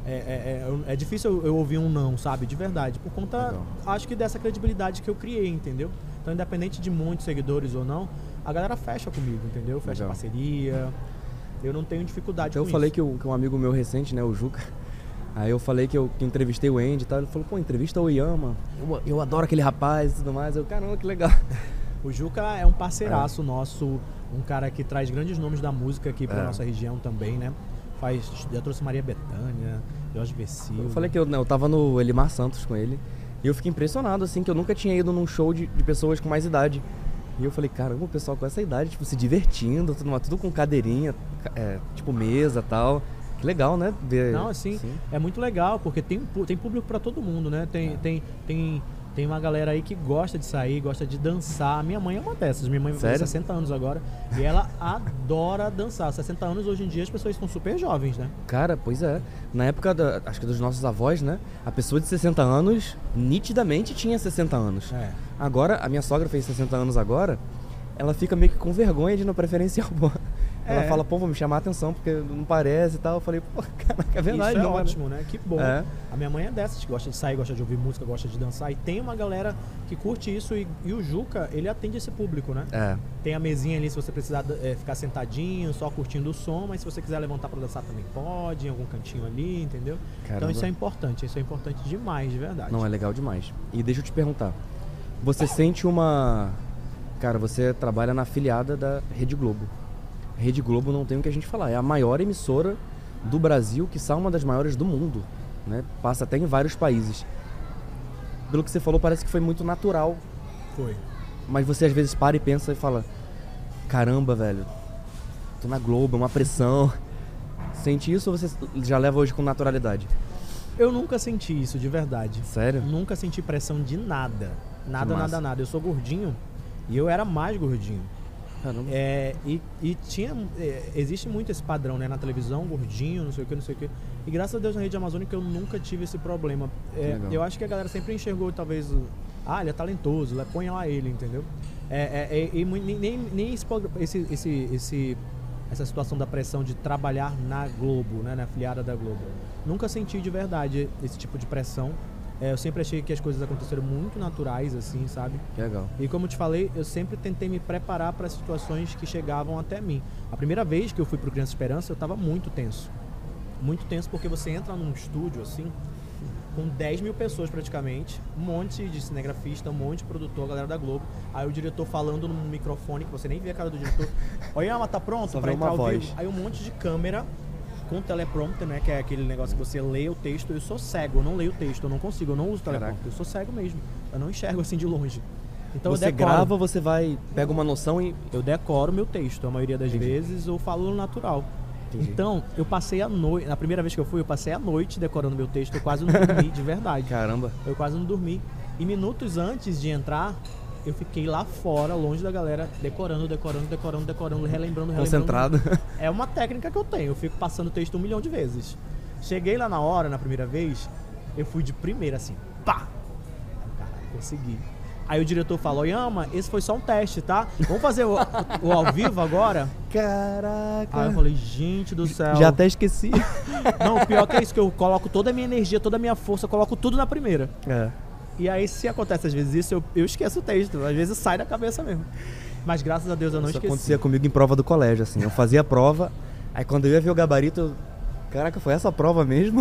é difícil eu ouvir um não, sabe? De verdade. Por conta, acho que dessa credibilidade que eu criei, entendeu? Então, independente de muitos seguidores ou não, a galera fecha comigo, entendeu? Fecha Legal. parceria. Eu não tenho dificuldade Então com eu falei isso. que um amigo meu recente, né, o Juca, aí eu falei que eu entrevistei o Andy e tal, ele falou, pô, entrevista o Yama, eu adoro aquele rapaz e tudo mais, eu, caramba, que legal. O Juca é um parceiraço nosso, um cara que traz grandes nomes da música aqui pra nossa região também, né? Já trouxe Maria Bethânia, Jorge Vecilo. Eu falei que eu tava no Elimar Santos com ele, e eu fiquei impressionado, assim, que eu nunca tinha ido num show de pessoas com mais idade. E eu falei, caramba, o pessoal com essa idade, tipo, se divertindo, tudo com cadeirinha, tipo mesa e tal. Que legal, né? Não, assim, é muito legal, porque tem público pra todo mundo, né? Tem uma galera aí que gosta de sair, gosta de dançar. Minha mãe é uma dessas. Minha mãe tem 60 anos agora e ela adora dançar. 60 anos, hoje em dia, as pessoas estão super jovens, né? Cara, pois é. Na época, acho que dos nossos avós, né? A pessoa de 60 anos, nitidamente tinha 60 anos. Agora, a minha sogra fez 60 anos agora, ela fica meio que com vergonha de ir no preferencial. Ela fala, pô, vou me chamar a atenção, porque não parece e tal. Eu falei, pô, caraca, é verdade. Isso é não, ótimo, né? Que bom. A minha mãe é dessas, que gosta de sair, gosta de ouvir música, gosta de dançar. E tem uma galera que curte isso. E o Juca, ele atende esse público, né? Tem a mesinha ali, se você precisar ficar sentadinho, só curtindo o som. Mas se você quiser levantar pra dançar também pode, em algum cantinho ali, entendeu? Caramba. Então isso é importante demais, de verdade. Não, é legal demais. E deixa eu te perguntar, você sente uma... Cara, você trabalha na afiliada da Rede Globo. Rede Globo não tem o que a gente falar, é a maior emissora do Brasil, quiçá uma das maiores do mundo, né? Passa até em vários países. Pelo que você falou, parece que foi muito natural. Foi. Mas você às vezes para e pensa e fala, caramba, velho, tô na Globo, é uma pressão. Sente isso ou você já leva hoje com naturalidade? Eu nunca senti isso, de verdade. Sério? Nunca senti pressão de nada. Nada. Eu sou gordinho e eu era mais gordinho. Caramba. Existe muito esse padrão, né? Na televisão, gordinho, não sei o que. E graças a Deus na Rede Amazônica eu nunca tive esse problema. Eu acho que a galera sempre enxergou, talvez, ele é talentoso, põe lá ele, entendeu? Nem essa situação da pressão de trabalhar na Globo, né? Na afiliada da Globo. Nunca senti de verdade esse tipo de pressão. Eu sempre achei que as coisas aconteceram muito naturais, assim, sabe? Que legal. E como eu te falei, eu sempre tentei me preparar para situações que chegavam até mim. A primeira vez que eu fui pro Criança Esperança, eu tava muito tenso. Muito tenso porque você entra num estúdio, assim, com 10 mil pessoas praticamente, um monte de cinegrafista, um monte de produtor, a galera da Globo. Aí o diretor falando num microfone, que você nem vê a cara do diretor. Oi, Yama, tá pronto? Só pra entrar ao voz. vivo. Aí um monte de câmera com teleprompter, né? Que é aquele negócio que você lê o texto. Eu sou cego, eu não leio o texto, eu não consigo, eu não uso teleprompter. Eu sou cego mesmo, eu não enxergo assim de longe. Então você eu decoro, grava, você pega uma noção e... Eu decoro meu texto, a maioria das vezes eu falo no natural. Entendi. Então, eu passei a noite, na primeira vez que eu fui, eu passei a noite decorando meu texto, eu quase não dormi, de verdade. Caramba. Eu quase não dormi. E minutos antes de entrar, eu fiquei lá fora, longe da galera, decorando, relembrando. Concentrado. É uma técnica que eu tenho, eu fico passando o texto 1 milhão de vezes. Cheguei lá na hora, na primeira vez, eu fui de primeira, assim, pá! Caralho, consegui. Aí o diretor falou, Yama, esse foi só um teste, tá? Vamos fazer o ao vivo agora? Caraca. Aí eu falei, gente do céu. Já até esqueci. Não, o pior que é isso, que eu coloco toda a minha energia, toda a minha força, eu coloco tudo na primeira. E aí, se acontece às vezes isso, eu esqueço o texto. Às vezes sai da cabeça mesmo. Mas graças a Deus eu não esqueci. Isso acontecia comigo em prova do colégio, assim. Eu fazia a prova, aí quando eu ia ver o gabarito, caraca, foi essa a prova mesmo?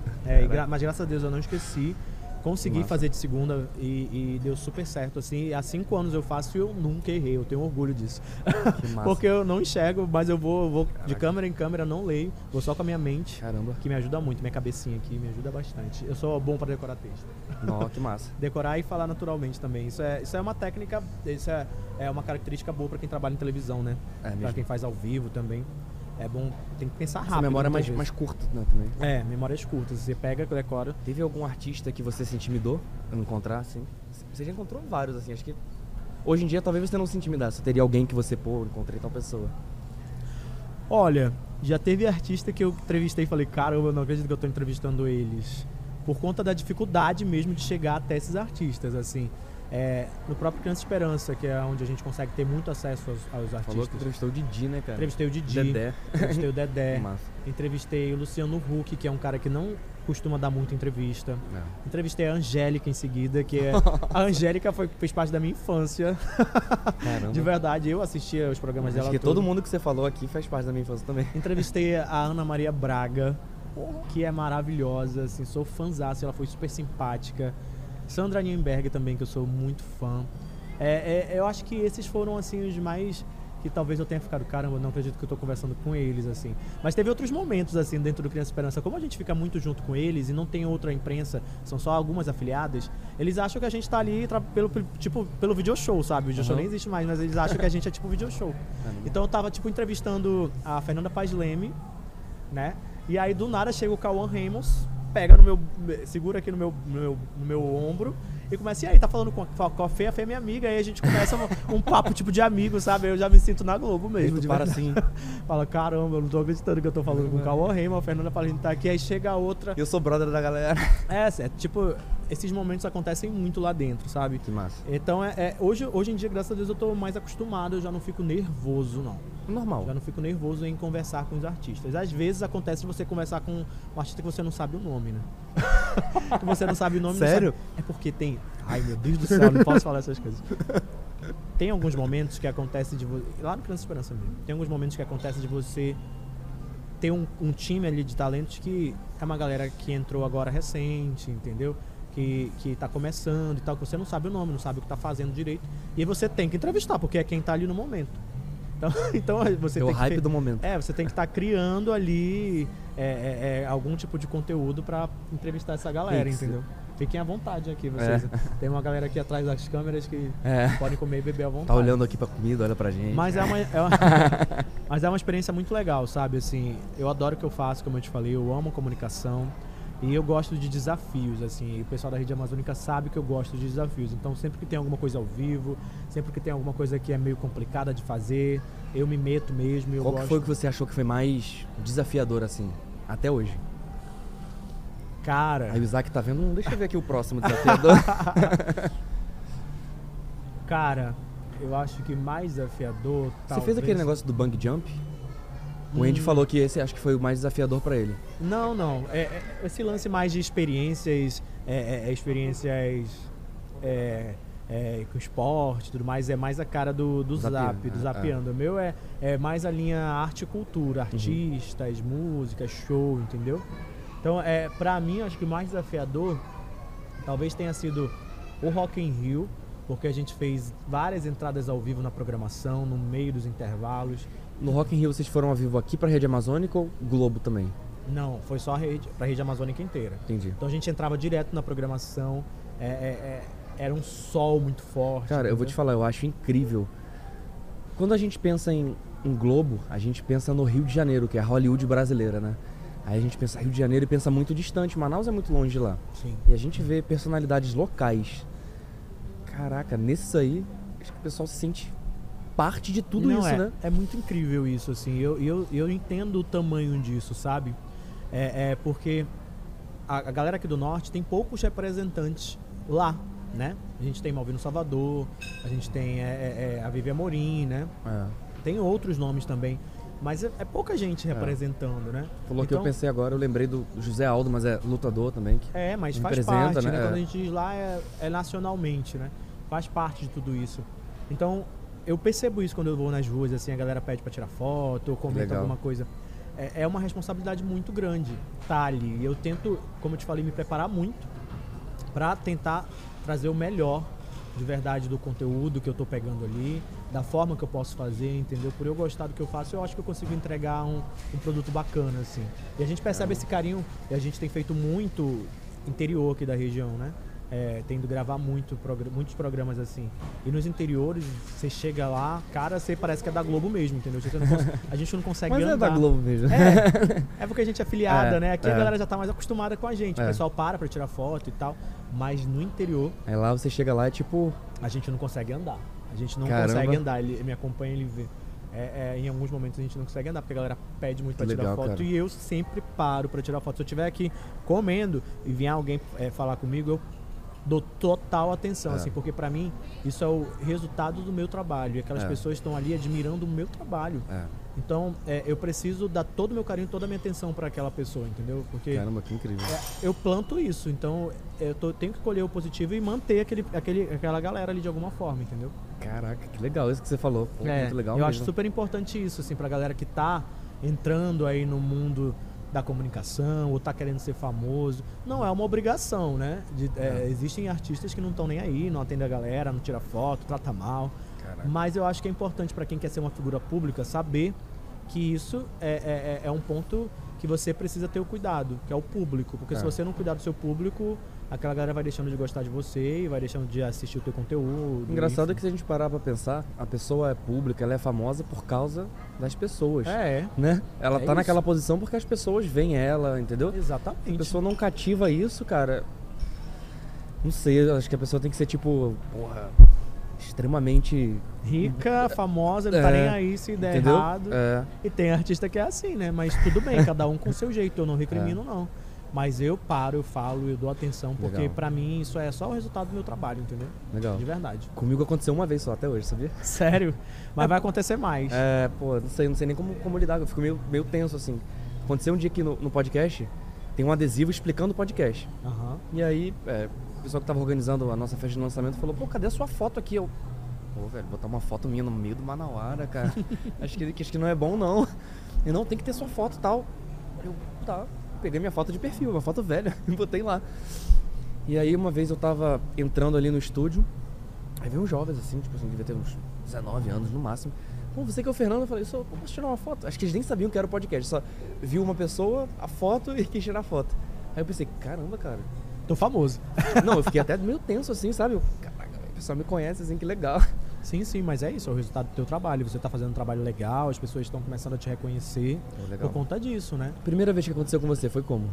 Mas graças a Deus eu não esqueci. Consegui fazer de segunda e deu super certo, assim. Há 5 anos eu faço e eu nunca errei. Eu tenho orgulho disso. Que massa. Porque eu não enxergo, mas eu vou de câmera em câmera, não leio. Vou só com a minha mente. Caramba. Que me ajuda muito. Minha cabecinha aqui me ajuda bastante. Eu sou bom para decorar texto. Nossa, que massa. Decorar e falar naturalmente também. Isso é uma técnica, isso é uma característica boa para quem trabalha em televisão, né? Para quem faz ao vivo também. É bom, tem que pensar rápido. Essa memória é mais curta, né, também. Memórias curtas. Você pega, decora. Teve algum artista que você se intimidou a encontrar, assim? Você já encontrou vários, assim, acho que... Hoje em dia, talvez você não se intimidasse. Você teria alguém que você, encontrei tal pessoa. Olha, já teve artista que eu entrevistei e falei, caramba, eu não acredito que eu tô entrevistando eles. Por conta da dificuldade mesmo de chegar até esses artistas, assim. No próprio Criança Esperança, que é onde a gente consegue ter muito acesso aos artistas. Falou que entrevistou o Didi, né, cara? Entrevistei o Didi. Dedé. Entrevistei o Dedé. Massa. Entrevistei o Luciano Huck, que é um cara que não costuma dar muita entrevista. É. Entrevistei a Angélica em seguida, que é... A Angélica fez parte da minha infância. Caramba. De verdade, eu assistia os programas dela Acho que todos. todo mundo que você falou aqui faz parte da minha infância também. Entrevistei a Ana Maria Braga, que é maravilhosa, assim, sou fãzaça, ela foi super simpática. Sandra Nienberg também, que eu sou muito fã. Eu acho que esses foram, assim, os mais... que talvez eu tenha ficado, caramba, não acredito que eu tô conversando com eles, assim. Mas teve outros momentos, assim, dentro do Criança Esperança. Como a gente fica muito junto com eles e não tem outra imprensa, são só algumas afiliadas, eles acham que a gente tá ali pelo video show, sabe? O video show nem existe mais, mas eles acham que a gente é tipo video show. Então eu tava, tipo, entrevistando a Fernanda Paz Leme, né? E aí, do nada, chega o Cauã Ramos, segura aqui no meu ombro e começa, e aí, tá falando com a Fê? A Fê é minha amiga, aí a gente começa um papo tipo de amigo, sabe? Eu já me sinto na Globo mesmo. E tu para assim. Fala, caramba, eu não tô acreditando que eu tô falando com o Cauã Ramos, a Fernanda Paz tá aqui, aí chega a outra. Eu sou brother da galera. Tipo, esses momentos acontecem muito lá dentro, sabe? Que massa. Então, hoje em dia, graças a Deus, eu tô mais acostumado, eu já não fico nervoso, não. Normal. Já não fico nervoso em conversar com os artistas. Às vezes acontece você conversar com um artista que você não sabe o nome, né? Que você não sabe o nome. Sério? É porque tem... Ai, meu Deus do céu, não posso falar essas coisas. Tem alguns momentos que acontece de você... Lá no Criança Esperança mesmo. Tem alguns momentos que acontece de você ter um time ali de talentos que é uma galera que entrou agora recente, entendeu? Que tá começando e tal, que você não sabe o nome, não sabe o que tá fazendo direito. E aí você tem que entrevistar, porque é quem tá ali no momento. Então você é tem o hype do momento. Você tem que estar criando ali algum tipo de conteúdo pra entrevistar essa galera, entendeu? Fiquem à vontade aqui, vocês. Tem uma galera aqui atrás das câmeras que podem comer e beber à vontade. Tá olhando aqui pra comida, olha pra gente. Mas mas é uma experiência muito legal, sabe? Assim, eu adoro o que eu faço, como eu te falei, eu amo comunicação. E eu gosto de desafios, assim, e o pessoal da Rede Amazônica sabe que eu gosto de desafios. Então, sempre que tem alguma coisa ao vivo, sempre que tem alguma coisa que é meio complicada de fazer, eu me meto mesmo. Qual que foi o que você achou que foi mais desafiador, assim, até hoje? Cara... Aí o Isaac tá vendo, deixa eu ver aqui o próximo desafiador. Cara, eu acho que mais desafiador, Você fez aquele negócio do bungee jump? O Andy falou que esse acho que foi o mais desafiador pra ele. Não. Esse lance mais de experiências, com esporte e tudo mais, é mais a cara do Zapeando. O meu é mais a linha arte e cultura, artistas, música, show, entendeu? Então, pra mim, acho que o mais desafiador talvez tenha sido o Rock in Rio, porque a gente fez várias entradas ao vivo na programação, no meio dos intervalos. No Rock in Rio vocês foram ao vivo aqui pra Rede Amazônica ou Globo também? Não, foi só pra Rede Amazônica inteira. Entendi. Então a gente entrava direto na programação, era um sol muito forte. Cara, eu vou te falar, eu acho incrível. Quando a gente pensa em Globo, a gente pensa no Rio de Janeiro, que é a Hollywood brasileira, né? Aí a gente pensa Rio de Janeiro e pensa muito distante, Manaus é muito longe de lá. Sim. E a gente vê personalidades locais. Caraca, nesses aí, acho que o pessoal se sente parte de tudo isso, né? É muito incrível isso, assim. Eu entendo o tamanho disso, sabe? Porque a galera aqui do Norte tem poucos representantes lá, né? A gente tem Malvino Salvador, a gente tem a Vivi Amorim, né? Tem outros nomes também. Mas é pouca gente representando, né? Falou que eu pensei agora, eu lembrei do José Aldo, mas é lutador também. Mas faz parte, né? Quando a gente diz lá, é nacionalmente, né? Faz parte de tudo isso. Então, eu percebo isso quando eu vou nas ruas, assim, a galera pede pra tirar foto, ou comenta alguma coisa. É uma responsabilidade muito grande tá ali. E eu tento, como eu te falei, me preparar muito pra tentar trazer o melhor de verdade do conteúdo que eu tô pegando ali, da forma que eu posso fazer, entendeu? Por eu gostar do que eu faço, eu acho que eu consigo entregar um produto bacana, assim. E a gente percebe esse carinho, e a gente tem feito muito interior aqui da região, né? Tendo gravar muitos programas assim. E nos interiores, você chega lá, cara, você parece que é da Globo mesmo, entendeu? A gente não consegue andar. Mas é da Globo mesmo. É porque a gente é afiliada, né? Aqui a galera já tá mais acostumada com a gente. O pessoal para tirar foto e tal. Mas no interior... Aí lá você chega lá, é tipo... A gente não consegue andar. A gente não consegue andar. Ele me acompanha, ele vê. Em alguns momentos a gente não consegue andar, porque a galera pede muito pra tirar foto. Cara. E eu sempre paro pra tirar foto. Se eu estiver aqui comendo e vier alguém falar comigo, eu dou total atenção, É. assim, porque pra mim isso é o resultado do meu trabalho. E aquelas É. pessoas estão ali admirando o meu trabalho. É. Então, eu preciso dar todo o meu carinho, toda a minha atenção pra aquela pessoa, entendeu? Porque Caramba, que incrível. eu planto isso, então tenho que colher o positivo e manter aquela galera ali de alguma forma, entendeu? Caraca, que legal isso que você falou. Pô, muito legal eu mesmo. acho super importante isso, assim, pra galera que tá entrando aí no mundo da comunicação ou tá querendo ser famoso. Não é uma obrigação, né? Existem artistas que não estão nem aí, não atendem a galera, não tira foto, trata mal. Caraca. Mas eu acho que é importante pra quem quer ser uma figura pública saber que isso é um ponto que você precisa ter o cuidado, que é o público. Porque se você não cuidar do seu público, aquela galera vai deixando de gostar de você e vai deixando de assistir o teu conteúdo. Engraçado é enfim. que se a gente parar pra pensar, a pessoa é pública, ela é famosa por causa das pessoas. Né? Ela tá isso. naquela posição porque as pessoas veem ela, entendeu? Exatamente. Se a pessoa não cativa isso, cara. Não sei, eu acho que a pessoa tem que ser tipo, porra, extremamente. Rica, famosa, não tá nem aí se der entendeu? errado. E tem artista que é assim, né? Mas tudo bem, cada um com seu jeito, eu não recrimino não. Mas eu paro, eu falo, eu dou atenção, porque Legal. pra mim isso é só o resultado do meu trabalho, entendeu? Legal. De verdade. Comigo aconteceu uma vez só até hoje, sabia? Sério? Mas vai acontecer mais. Pô, não sei nem como lidar, eu fico meio tenso assim. Aconteceu um dia aqui no podcast, tem um adesivo explicando o podcast. Aham. E aí, o pessoal que tava organizando a nossa festa de lançamento falou, pô, cadê a sua foto aqui? Eu, pô, velho, botar uma foto minha no meio do Manauara, cara. acho que não é bom, não. E não, tem que ter sua foto e tal. Eu, tá, peguei minha foto de perfil, uma foto velha, e botei lá. E aí, uma vez eu tava entrando ali no estúdio, aí veio uns jovens assim, tipo assim, devia ter uns 19 anos no máximo. Pô, você que é o Fernando? Eu falei, só posso tirar uma foto? Acho que eles nem sabiam que era o podcast, só viu uma pessoa, a foto e quis tirar a foto. Aí eu pensei, caramba, cara. Tô famoso. Não, eu fiquei até meio tenso assim, sabe? Caraca, o pessoal me conhece assim, que legal. Sim, mas é isso, é o resultado do teu trabalho. Você tá fazendo um trabalho legal, as pessoas estão começando a te reconhecer Legal. por conta disso, né? Primeira vez que aconteceu com você foi como?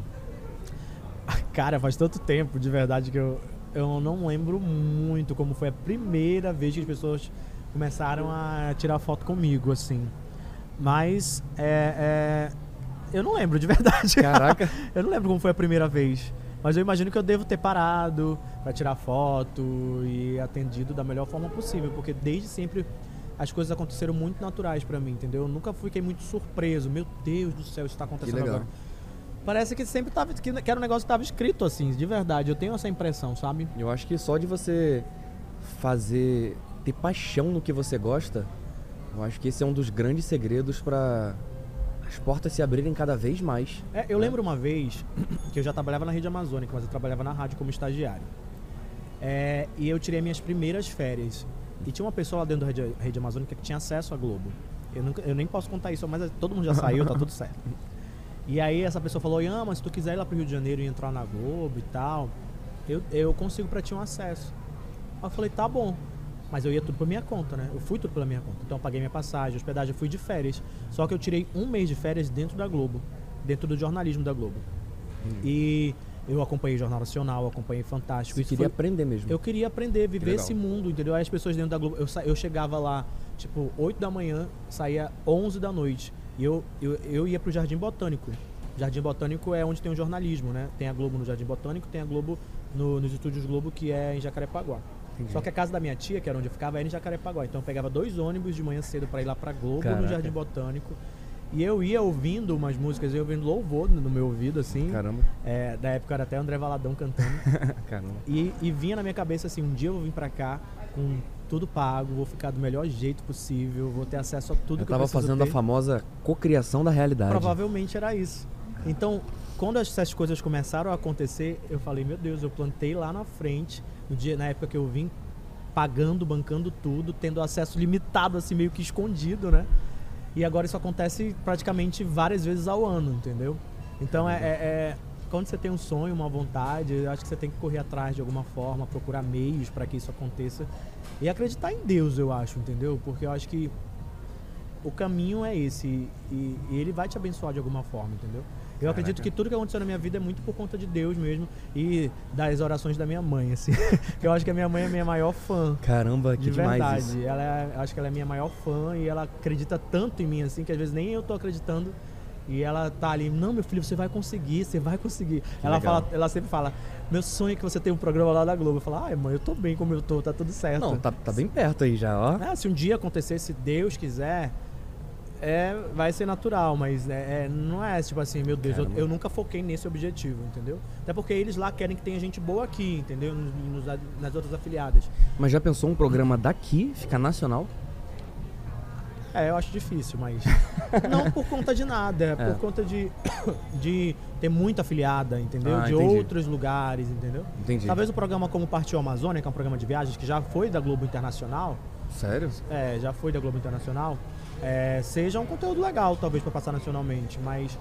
Cara, faz tanto tempo, de verdade, que eu não lembro muito como foi a primeira vez que as pessoas começaram a tirar foto comigo, assim. Mas, eu não lembro, de verdade. Caraca. Eu não lembro como foi a primeira vez. Mas eu imagino que eu devo ter parado pra tirar foto e atendido da melhor forma possível, porque desde sempre as coisas aconteceram muito naturais pra mim, entendeu? Eu nunca fiquei muito surpreso. Meu Deus do céu, isso tá acontecendo legal. agora. Parece que sempre tava, que era um negócio que tava escrito assim, de verdade. Eu tenho essa impressão, sabe? Eu acho que só de você ter paixão no que você gosta, eu acho que esse é um dos grandes segredos pra as portas se abrirem cada vez mais. Eu lembro uma vez que eu já trabalhava na Rede Amazônica, mas eu trabalhava na rádio como estagiário. E eu tirei minhas primeiras férias. E tinha uma pessoa lá dentro da Rede Amazônica que tinha acesso à Globo. Eu nem posso contar isso, mas todo mundo já saiu, tá tudo certo. E aí essa pessoa falou, Ian, mas se tu quiser ir lá pro Rio de Janeiro e entrar na Globo e tal, eu consigo pra ti um acesso. Aí eu falei, tá bom. Mas eu ia tudo por minha conta, né? Eu fui tudo pela minha conta. Então eu paguei minha passagem, hospedagem, eu fui de férias. Só que eu tirei um mês de férias dentro da Globo. Dentro do jornalismo da Globo. E eu acompanhei Jornal Nacional, acompanhei Fantástico. Você queria aprender mesmo. Eu queria aprender, viver legal. esse mundo, entendeu? Aí as pessoas dentro da Globo... Eu chegava lá, tipo, 8 da manhã, saía 11 da noite. E eu ia pro Jardim Botânico. Jardim Botânico é onde tem o jornalismo, né? Tem a Globo no Jardim Botânico, tem a Globo nos estúdios Globo, que é em Jacarepaguá. Entendi. Só que a casa da minha tia, que era onde eu ficava, era em Jacarepaguá. Então eu pegava 2 ônibus de manhã cedo pra ir lá pra Globo, Caraca. no Jardim Botânico. E eu ia ouvindo umas músicas, eu ia ouvindo louvor no meu ouvido, assim. Caramba. Da época era até André Valadão cantando. Caramba. E vinha na minha cabeça assim, um dia eu vou vir pra cá com tudo pago, vou ficar do melhor jeito possível, vou ter acesso a tudo Eu que eu tava preciso fazendo ter. a famosa cocriação da realidade. Provavelmente era isso. Então, quando essas coisas começaram a acontecer, eu falei, meu Deus, eu plantei lá na frente, na época que eu vim, pagando, bancando tudo, tendo acesso limitado, assim, meio que escondido, né? E agora isso acontece praticamente várias vezes ao ano, entendeu? Então, quando você tem um sonho, uma vontade, eu acho que você tem que correr atrás de alguma forma, procurar meios para que isso aconteça. E acreditar em Deus, eu acho, entendeu? Porque eu acho que o caminho é esse e ele vai te abençoar de alguma forma, entendeu? Eu acredito que tudo que aconteceu na minha vida é muito por conta de Deus mesmo e das orações da minha mãe, assim. Eu acho que a minha mãe é minha maior fã. Caramba, que De demais verdade. isso. Acho que ela é minha maior fã e ela acredita tanto em mim, assim, que às vezes nem eu tô acreditando E ela tá ali, não, meu filho, você vai conseguir, você vai conseguir. Ela sempre fala, meu sonho é que você tenha um programa lá da Globo. Eu falo, ai mãe, eu tô bem como eu tô, tá tudo certo. Não, tá bem perto aí já, ó. Se um dia acontecer, se Deus quiser, vai ser natural, mas não é tipo assim, meu Deus, eu nunca foquei nesse objetivo, entendeu? Até porque eles lá querem que tenha gente boa aqui, entendeu? Nas outras afiliadas. Mas já pensou um programa daqui ficar nacional? Eu acho difícil, mas não por conta de nada, por conta de ter muita afiliada, entendeu? De entendi. outros lugares, entendeu? Entendi. Talvez o programa como Partiu Amazônia, que é um programa de viagens que já foi da Globo Internacional. Sério? Já foi da Globo Internacional. Seja um conteúdo legal, talvez, para passar nacionalmente, mas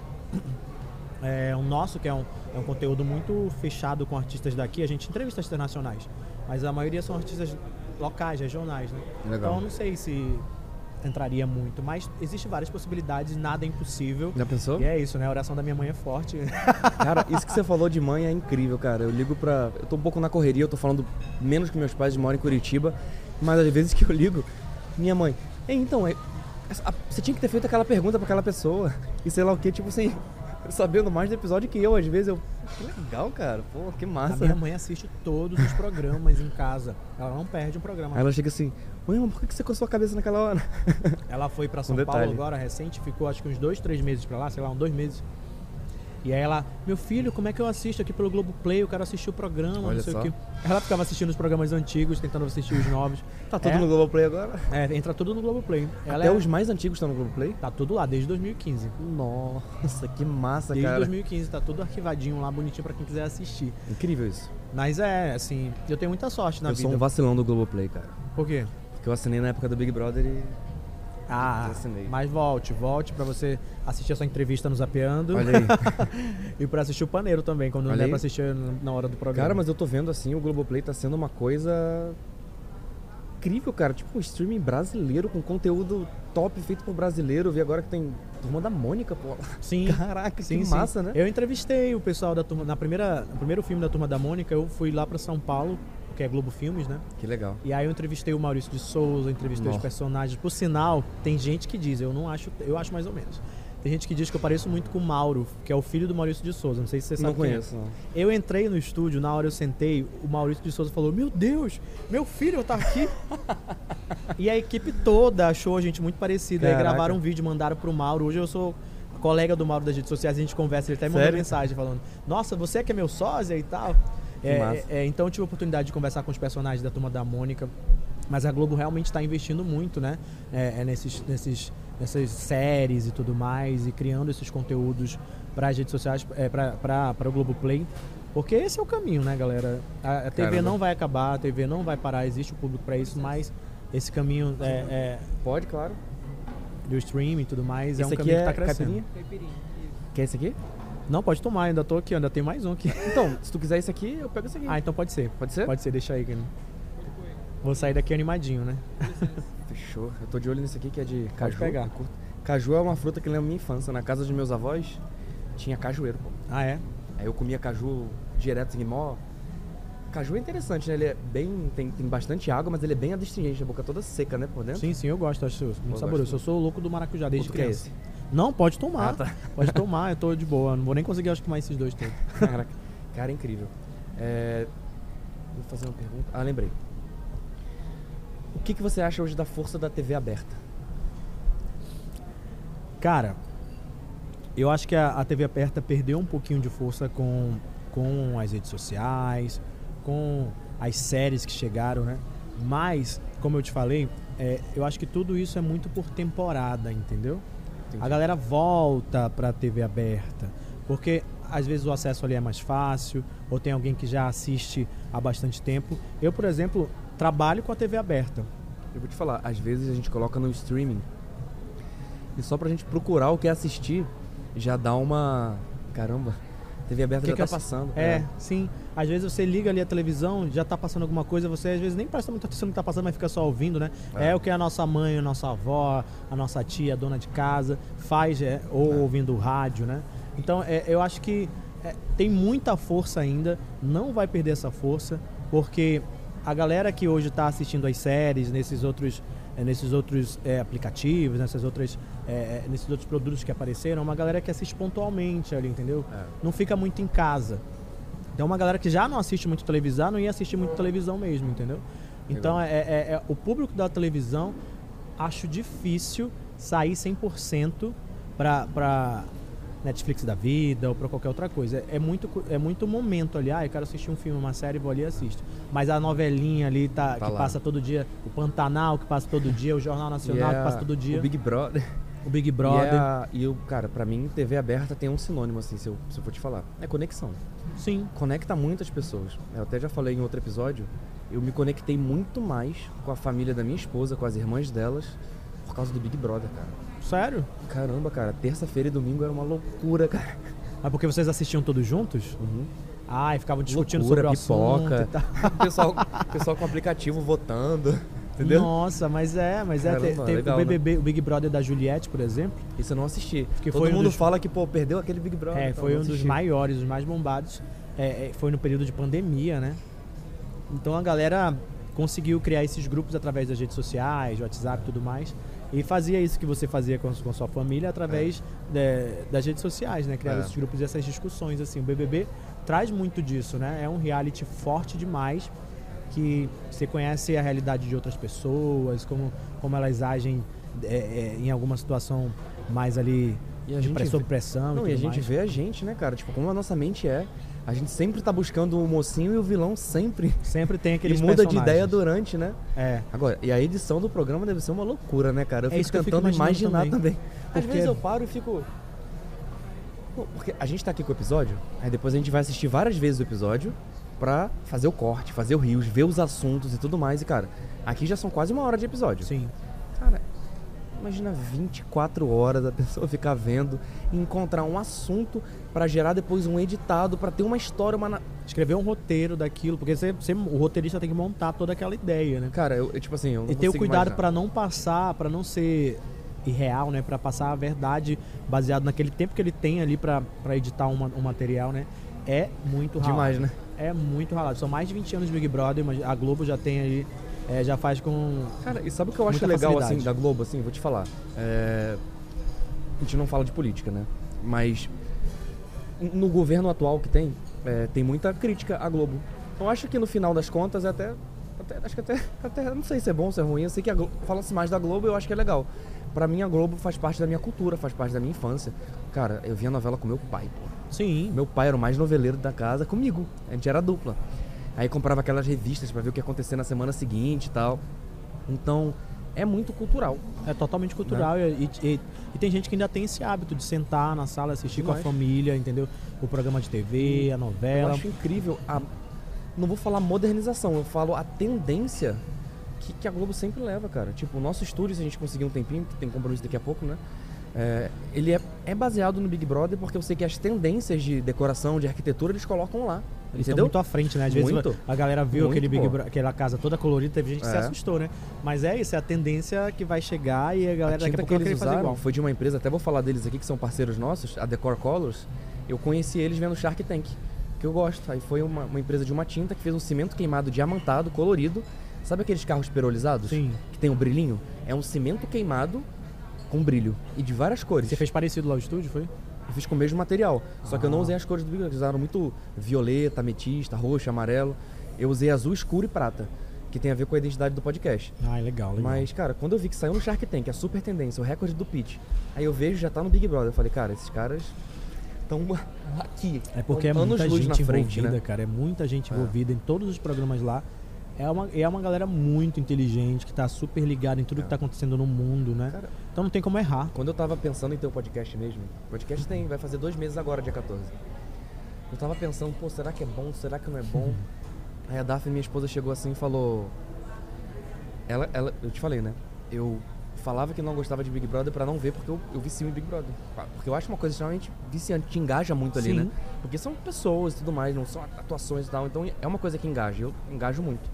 o nosso, que é um conteúdo muito fechado com artistas daqui, a gente entrevista internacionais, mas a maioria são artistas locais, regionais, né? Legal. Então eu não sei se entraria muito, mas existem várias possibilidades, nada é impossível. Já pensou? E é isso, né? A oração da minha mãe é forte. Cara, isso que você falou de mãe é incrível, cara. Eu tô um pouco na correria, eu tô falando menos que meus pais, moram em Curitiba, mas às vezes que eu ligo, minha mãe, então, você tinha que ter feito aquela pergunta pra aquela pessoa, e sei lá o que, tipo assim, sabendo mais do episódio que eu, às vezes que legal, cara, pô, que massa. A minha mãe assiste todos os programas em casa, ela não perde um programa. Aí ela chega assim, mãe, mas por que você coçou a cabeça naquela hora? Ela foi pra São Paulo agora, recente, ficou acho que uns 2, 3 meses pra lá, sei lá, uns 2 meses. E aí ela, meu filho, como é que eu assisto aqui pelo Globoplay? Eu quero assistir o programa, Olha não sei só. o que. Ela ficava assistindo os programas antigos, tentando assistir os novos. Tá tudo no Globoplay agora? Entra tudo no Globoplay. Até os mais antigos estão no Globoplay? Tá tudo lá, desde 2015. Nossa, que massa, desde cara. Desde 2015, tá tudo arquivadinho lá, bonitinho pra quem quiser assistir. Incrível isso. Mas assim, eu tenho muita sorte na vida. Eu sou um vacilão do Globoplay, cara. Por quê? Porque eu assinei na época do Big Brother e... mas volte pra você assistir a sua entrevista no Zapeando. Olha aí. E pra assistir o Paneiro também, quando não der pra assistir na hora do programa. Cara, mas eu tô vendo assim, o Globoplay tá sendo uma coisa incrível, cara. Tipo, um streaming brasileiro com conteúdo top feito por brasileiro. Eu vi agora que tem Turma da Mônica, pô. Sim. Caraca, que massa, né? Eu entrevistei o pessoal da turma, no primeiro filme da Turma da Mônica, eu fui lá pra São Paulo, que é Globo Filmes, né? Que legal. E aí eu entrevistei o Maurício de Souza, entrevistei os personagens. Por sinal, tem gente que diz, eu acho mais ou menos. Tem gente que diz que eu pareço muito com o Mauro, que é o filho do Maurício de Souza. Não sei se você sabe. Não conheço, não. Eu entrei no estúdio, na hora eu sentei, o Maurício de Souza falou, meu Deus, meu filho tá aqui. E a equipe toda achou a gente muito parecida. Aí gravaram um vídeo, mandaram pro Mauro. Hoje eu sou colega do Mauro das redes sociais, a gente conversa, ele até mandou mensagem falando, nossa, você que é meu sósia e tal. Então eu tive a oportunidade de conversar com os personagens da Turma da Mônica, mas a Globo realmente está investindo muito, né? Nessas séries e tudo mais, e criando esses conteúdos para as redes sociais, para o Globoplay, porque esse é o caminho, né, galera? A TV não vai acabar, a TV não vai parar, existe o público para isso, mas esse caminho Pode, claro. Do streaming e tudo mais, esse é um caminho que está crescendo. Caipirinha? Quer esse aqui? Não, pode tomar, ainda tô aqui, ainda tem mais um aqui. Então, se tu quiser esse aqui, eu pego esse aqui. Então pode ser. Pode ser? Pode ser, deixa aí. Vou sair daqui animadinho, né? Fechou. Eu tô de olho nesse aqui que é de caju. Pode pegar. Caju é uma fruta que lembra minha infância. Na casa dos meus avós tinha cajueiro, pô. Ah, é? Aí eu comia caju direto assim, mó... Caju é interessante, né? Ele é bem... Tem bastante água, mas ele é bem adstringente. A boca toda seca, né? Por dentro. Sim, eu gosto. Acho muito saboroso. Eu sou o louco do maracujá desde criança. Que é esse? Não, pode tomar. Tá. Pode tomar, eu tô de boa. Não vou nem conseguir, acho que mais esses dois todos. Caraca, cara, incrível. Vou fazer uma pergunta. Lembrei. O que você acha hoje da força da TV aberta? Cara, eu acho que a TV aberta perdeu um pouquinho de força com as redes sociais, com as séries que chegaram, né? Mas, como eu te falei, eu acho que tudo isso é muito por temporada, entendeu? Entendi. A galera volta pra TV aberta, porque às vezes o acesso ali é mais fácil, ou tem alguém que já assiste há bastante tempo. Eu, por exemplo, trabalho com a TV aberta. Eu vou te falar, às vezes a gente coloca no streaming e só pra gente procurar o que assistir, já dá uma... Caramba, TV aberta já tá passando. Sim. Às vezes você liga ali a televisão, já tá passando alguma coisa, você às vezes nem presta muita atenção no que tá passando, mas fica só ouvindo, né? É o que a nossa mãe, a nossa avó, a nossa tia, a dona de casa faz, ou ouvindo o rádio, né? Então, eu acho que tem muita força ainda, não vai perder essa força, porque a galera que hoje tá assistindo as séries, nesses outros aplicativos, nessas outras nesses outros produtos que apareceram, é uma galera que assiste pontualmente ali, entendeu? É. Não fica muito em casa. Então uma galera que já não assiste muito televisão, não ia assistir muito televisão mesmo, entendeu? Então o público da televisão, acho difícil sair 100% pra Netflix da vida ou pra qualquer outra coisa. É muito momento ali. Eu quero assistir um filme, uma série, vou ali e assisto. Mas a novelinha ali que lá. passa todo dia, o Pantanal que passa todo dia, o Jornal Nacional que passa todo dia. O Big Brother. O Big Brother. Cara, pra mim, TV aberta tem um sinônimo, assim, se eu for te falar. É conexão. Sim. Conecta muitas pessoas. Eu até já falei em outro episódio, eu me conectei muito mais com a família da minha esposa, com as irmãs delas, por causa do Big Brother, cara. Sério? Caramba, cara, terça-feira e domingo era uma loucura, cara. Mas porque vocês assistiam todos juntos? Uhum. E ficavam discutindo Loucura, sobre o pipoca, assunto e tal. pessoal com aplicativo votando, entendeu? Nossa, mas Caramba, tem legal, o BBB, o Big Brother da Juliette, por exemplo. Isso eu não assisti. Que Todo mundo fala que, perdeu aquele Big Brother. Foi um dos maiores, os mais bombados. Foi no período de pandemia, né? Então a galera conseguiu criar esses grupos através das redes sociais, WhatsApp e tudo mais. E fazia isso que você fazia com sua família através das redes sociais, né? Criar esses grupos e essas discussões, assim. O BBB traz muito disso, né? É um reality forte demais, que você conhece a realidade de outras pessoas, como elas agem em alguma situação mais ali sob pressão. Não, e a gente vê a gente, né, cara? Tipo, como a nossa mente é. A gente sempre tá buscando o mocinho e o vilão sempre. Sempre tem aqueles e muda personagens. de ideia durante, né? É. Agora, e a edição do programa deve ser uma loucura, né, cara? Eu fico isso que eu tentando fico imaginar também. Às Porque- vezes eu paro e fico... Pô, porque a gente tá aqui com o episódio, aí depois a gente vai assistir várias vezes o episódio pra fazer o corte, fazer o rios, ver os assuntos e tudo mais. E, cara, aqui já são quase 1 hora de episódio. Sim. Cara, imagina 24 horas a pessoa ficar vendo e encontrar um assunto pra gerar depois um editado, pra ter uma história, Escrever um roteiro daquilo, porque o roteirista tem que montar toda aquela ideia, né? Cara, eu tipo assim, eu não E ter o consigo cuidado imaginar. pra não passar, pra não ser irreal, né? Pra passar a verdade baseado naquele tempo que ele tem ali pra editar um material, né? É muito ralado. Demais, né? É muito ralado. São mais de 20 anos de Big Brother, mas a Globo já tem aí, já faz com... Cara, e sabe o que eu acho muita legal, facilidade. assim, da Globo, assim? Vou te falar. A gente não fala de política, né? Mas no governo atual que tem muita crítica à Globo. Eu acho que no final das contas até não sei se é bom ou se é ruim. Eu sei que fala-se mais da Globo, eu acho que é legal. Pra mim a Globo faz parte da minha cultura, faz parte da minha infância. Cara, eu via novela com meu pai, pô. Sim. Meu pai era o mais noveleiro da casa comigo. A gente era dupla. Aí comprava aquelas revistas pra ver o que ia acontecer na semana seguinte e tal. Então, é muito cultural. É totalmente cultural, e tem gente que ainda tem esse hábito de sentar na sala, assistir com a Demais. família, entendeu? O programa de TV, a Eu novela. acho incrível não vou falar modernização, eu falo a tendência que a Globo sempre leva, cara. Tipo, o nosso estúdio, se a gente conseguir um tempinho, que tem compromisso daqui a pouco, né? Ele é baseado no Big Brother, porque eu sei que as tendências de decoração, de arquitetura, eles colocam lá. Eles estão Entendeu? muito à frente, né? Às vezes Muito. a galera viu Muito, aquela casa toda colorida, teve gente que se assustou, né? Mas é isso, é a tendência que vai chegar e a galera daqui a tinta pouco que vai querer eles fazer usaram igual. foi de uma empresa, até vou falar deles aqui, que são parceiros nossos, a Decor Colors. Eu conheci eles vendo Shark Tank, que eu gosto. Aí foi uma empresa de uma tinta que fez um cimento queimado diamantado, colorido. Sabe aqueles carros perolizados? Sim. Que tem um brilhinho? É um cimento queimado com brilho. E de várias cores. Você fez parecido lá no estúdio, foi? Eu fiz com o mesmo material. Só que eu não usei as cores do Big Brother. Eles usaram muito violeta, ametista, roxo, amarelo. Eu usei azul escuro e prata, que tem a ver com a identidade do podcast. Legal. Mas, cara, quando eu vi que saiu no Shark Tank, a super tendência, o recorde do pitch, aí eu vejo já tá no Big Brother. Eu falei, cara, esses caras estão aqui. É porque é anos muita luz gente na frente, envolvida, né? cara. É muita gente envolvida em todos os programas lá. É uma galera muito inteligente, que tá super ligada em tudo que tá acontecendo no mundo, né? Cara, Então não tem como errar. quando eu tava pensando em ter o podcast mesmo, o podcast vai fazer 2 meses agora, dia 14. Eu tava pensando, pô, será que é bom? Será que não é bom? Aí a Daphne, minha esposa, chegou assim e falou... Eu te falei, né? Eu falava que não gostava de Big Brother pra não ver, porque eu vicio em Big Brother. Porque eu acho uma coisa extremamente viciante, te engaja muito ali, Sim. né? Porque são pessoas e tudo mais, não são atuações e tal. Então é uma coisa que engaja, eu engajo muito.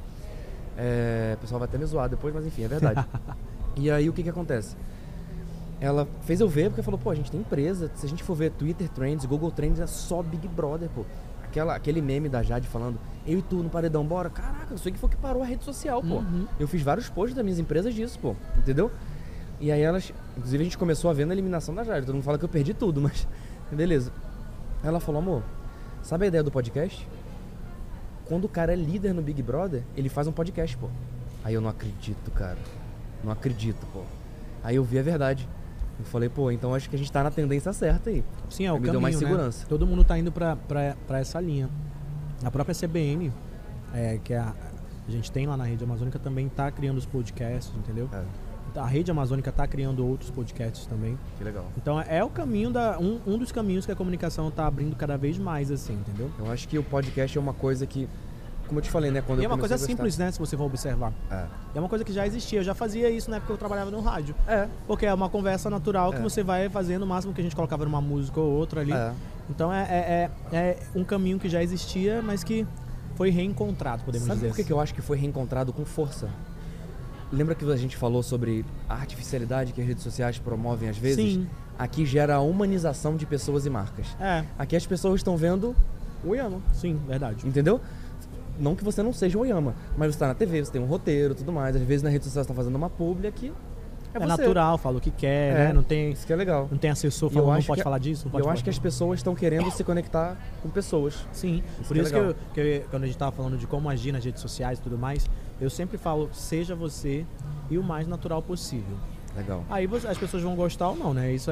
O pessoal vai até me zoar depois, mas enfim, é verdade. E aí o que acontece? Ela fez eu ver porque falou, pô, a gente tem empresa, se a gente for ver Twitter Trends, Google Trends, é só Big Brother, pô. Aquele meme da Jade falando, eu e tu no paredão, bora. Caraca, isso aí que foi que parou a rede social, pô. Uhum. Eu fiz vários posts das minhas empresas disso, pô, entendeu? E aí Inclusive a gente começou a ver na eliminação da Jade. Todo mundo fala que eu perdi tudo, mas beleza. Ela falou, amor, sabe a ideia do podcast? Quando o cara é líder no Big Brother, ele faz um podcast, pô. Aí eu não acredito, cara. Não acredito, pô. Aí eu vi a verdade. Eu falei, pô, então acho que a gente tá na tendência certa aí. Sim, é o me caminho, deu mais né? segurança. Todo mundo tá indo pra essa linha. A própria CBN, que a gente tem lá na Rede Amazônica, também tá criando os podcasts, entendeu? A Rede Amazônica tá criando outros podcasts também. Que legal. Então é o caminho, um dos caminhos que a comunicação tá abrindo cada vez mais, assim, entendeu? Eu acho que o podcast é uma coisa que, como eu te falei, né? Quando E eu é uma coisa comecei a simples, né? Se você for observar. É uma coisa que já existia. Eu já fazia isso na época que eu trabalhava no rádio. Porque é uma conversa natural que você vai fazendo, o máximo que a gente colocava numa música ou outra ali. Então é um caminho que já existia, mas que foi reencontrado, podemos dizer. Sabe por que eu acho que foi reencontrado com força? Lembra que a gente falou sobre a artificialidade que as redes sociais promovem às vezes? Sim. Aqui gera a humanização de pessoas e marcas. Aqui as pessoas estão vendo o Oyama. Sim, verdade. Entendeu? Não que você não seja o Oyama, mas você tá na TV, você tem um roteiro e tudo mais. Às vezes na rede social você tá fazendo uma publi aqui. É você. Natural, fala o que quer, né? Não tem, isso que é legal. Não tem assessor falando, não pode falar disso, não pode eu falar acho que as pessoas estão querendo se conectar com pessoas. Sim, por isso que quando a gente tava falando de como agir nas redes sociais e tudo mais, eu sempre falo, seja você e o mais natural possível. Legal. Aí as pessoas vão gostar ou não, né? Isso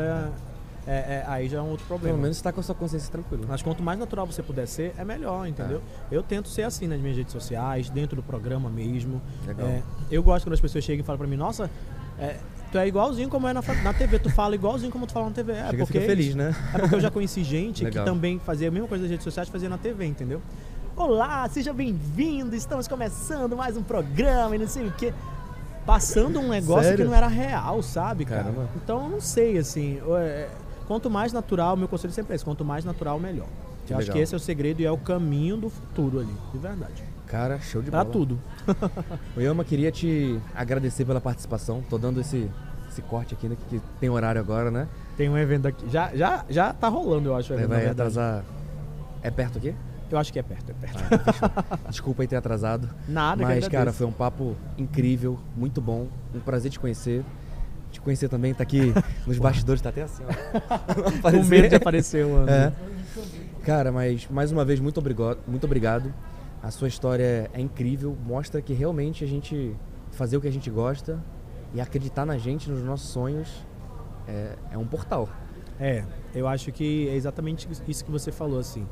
aí já é um outro problema. Pelo menos você tá com a sua consciência tranquila. Mas quanto mais natural você puder ser, é melhor, entendeu? Eu tento ser assim nas minhas redes sociais, dentro do programa mesmo. Legal. Eu gosto quando as pessoas chegam e falam pra mim, nossa, tu é igualzinho como é na TV, tu fala igualzinho como tu fala na TV. Chega, fica feliz, né? É porque eu já conheci gente que também fazia a mesma coisa nas redes sociais, fazia na TV, entendeu? Olá, seja bem-vindo, estamos começando mais um programa e não sei o quê. Passando um negócio Sério? que não era real, sabe, cara? Caramba. Então eu não sei, assim, quanto mais natural, meu conselho sempre é esse, quanto mais natural, melhor. Eu acho que esse é o segredo e é o caminho do futuro ali, de verdade. Cara, show de bola. Pra tudo. Oyama, queria te agradecer pela participação. Tô dando esse corte aqui, né? Que tem horário agora, né? Tem um evento aqui. Já tá rolando, eu acho. O evento, vai atrasar. É perto aqui? Eu acho que é perto. Fechou. Desculpa aí ter atrasado. Nada, mas, cara, foi um papo incrível, muito bom. Um prazer te conhecer. Te conhecer também, tá aqui nos bastidores, tá até assim, ó. Com medo de aparecer, mano. Cara, mas mais uma vez, muito obrigado. A sua história é incrível, mostra que realmente a gente fazer o que a gente gosta e acreditar na gente, nos nossos sonhos, é um portal. Eu acho que é exatamente isso que você falou, assim.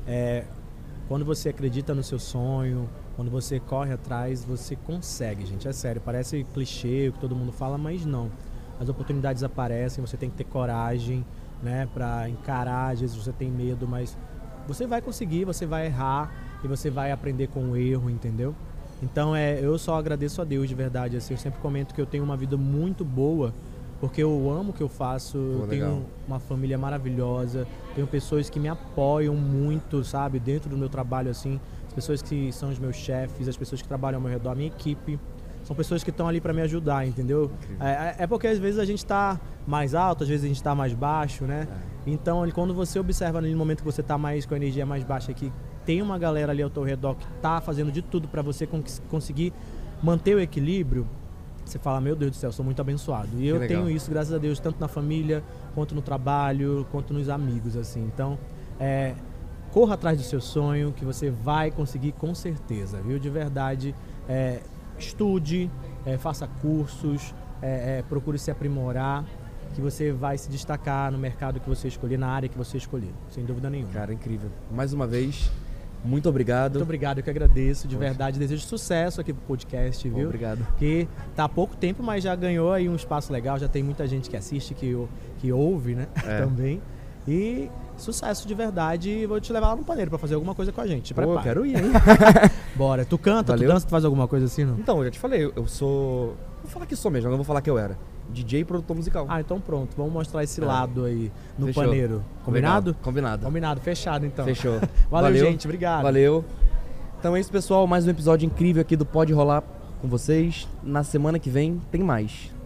Quando você acredita no seu sonho, quando você corre atrás, você consegue, gente. É sério, parece clichê o que todo mundo fala, mas não. As oportunidades aparecem, você tem que ter coragem, né, pra encarar. Às vezes você tem medo, mas você vai conseguir, você vai errar e você vai aprender com o erro, entendeu? Então eu só agradeço a Deus de verdade, assim. Eu sempre comento que eu tenho uma vida muito boa, porque eu amo o que eu faço, eu tenho uma família maravilhosa, tenho pessoas que me apoiam muito, sabe, dentro do meu trabalho, assim, as pessoas que são os meus chefes, as pessoas que trabalham ao meu redor, a minha equipe, são pessoas que estão ali para me ajudar, entendeu? Porque às vezes a gente tá mais alto, às vezes a gente tá mais baixo, né? Então, quando você observa ali no momento que você tá mais com a energia mais baixa, que tem uma galera ali ao teu redor que tá fazendo de tudo para você conseguir manter o equilíbrio, você fala, meu Deus do céu, sou muito abençoado. E eu tenho isso, graças a Deus, tanto na família, quanto no trabalho, quanto nos amigos, assim. Então, corra atrás do seu sonho, que você vai conseguir com certeza, viu? De verdade, estude, faça cursos, procure se aprimorar, que você vai se destacar no mercado que você escolher, na área que você escolher, sem dúvida nenhuma. Cara, incrível. Mais uma vez, muito obrigado. Muito obrigado, eu que agradeço, de verdade. Desejo sucesso aqui pro podcast, viu? Obrigado. Que tá há pouco tempo, mas já ganhou aí um espaço legal, já tem muita gente que assiste, que ouve, né? Também. E sucesso de verdade, e vou te levar lá no Paneiro pra fazer alguma coisa com a gente. Pô, eu quero ir, hein? Bora. Tu canta, tu dança, tu faz alguma coisa assim, não? Então, eu já te falei, eu sou... Vou falar que sou mesmo, não vou falar que eu era. DJ e produtor musical. Então pronto, vamos mostrar esse lado aí no Fechou. Paneiro. Combinado? Combinado. Combinado, fechado então. Fechou. Valeu, gente, obrigado. Valeu. Então é isso, pessoal, mais um episódio incrível aqui do Pode Rolar com vocês. Na semana que vem tem mais.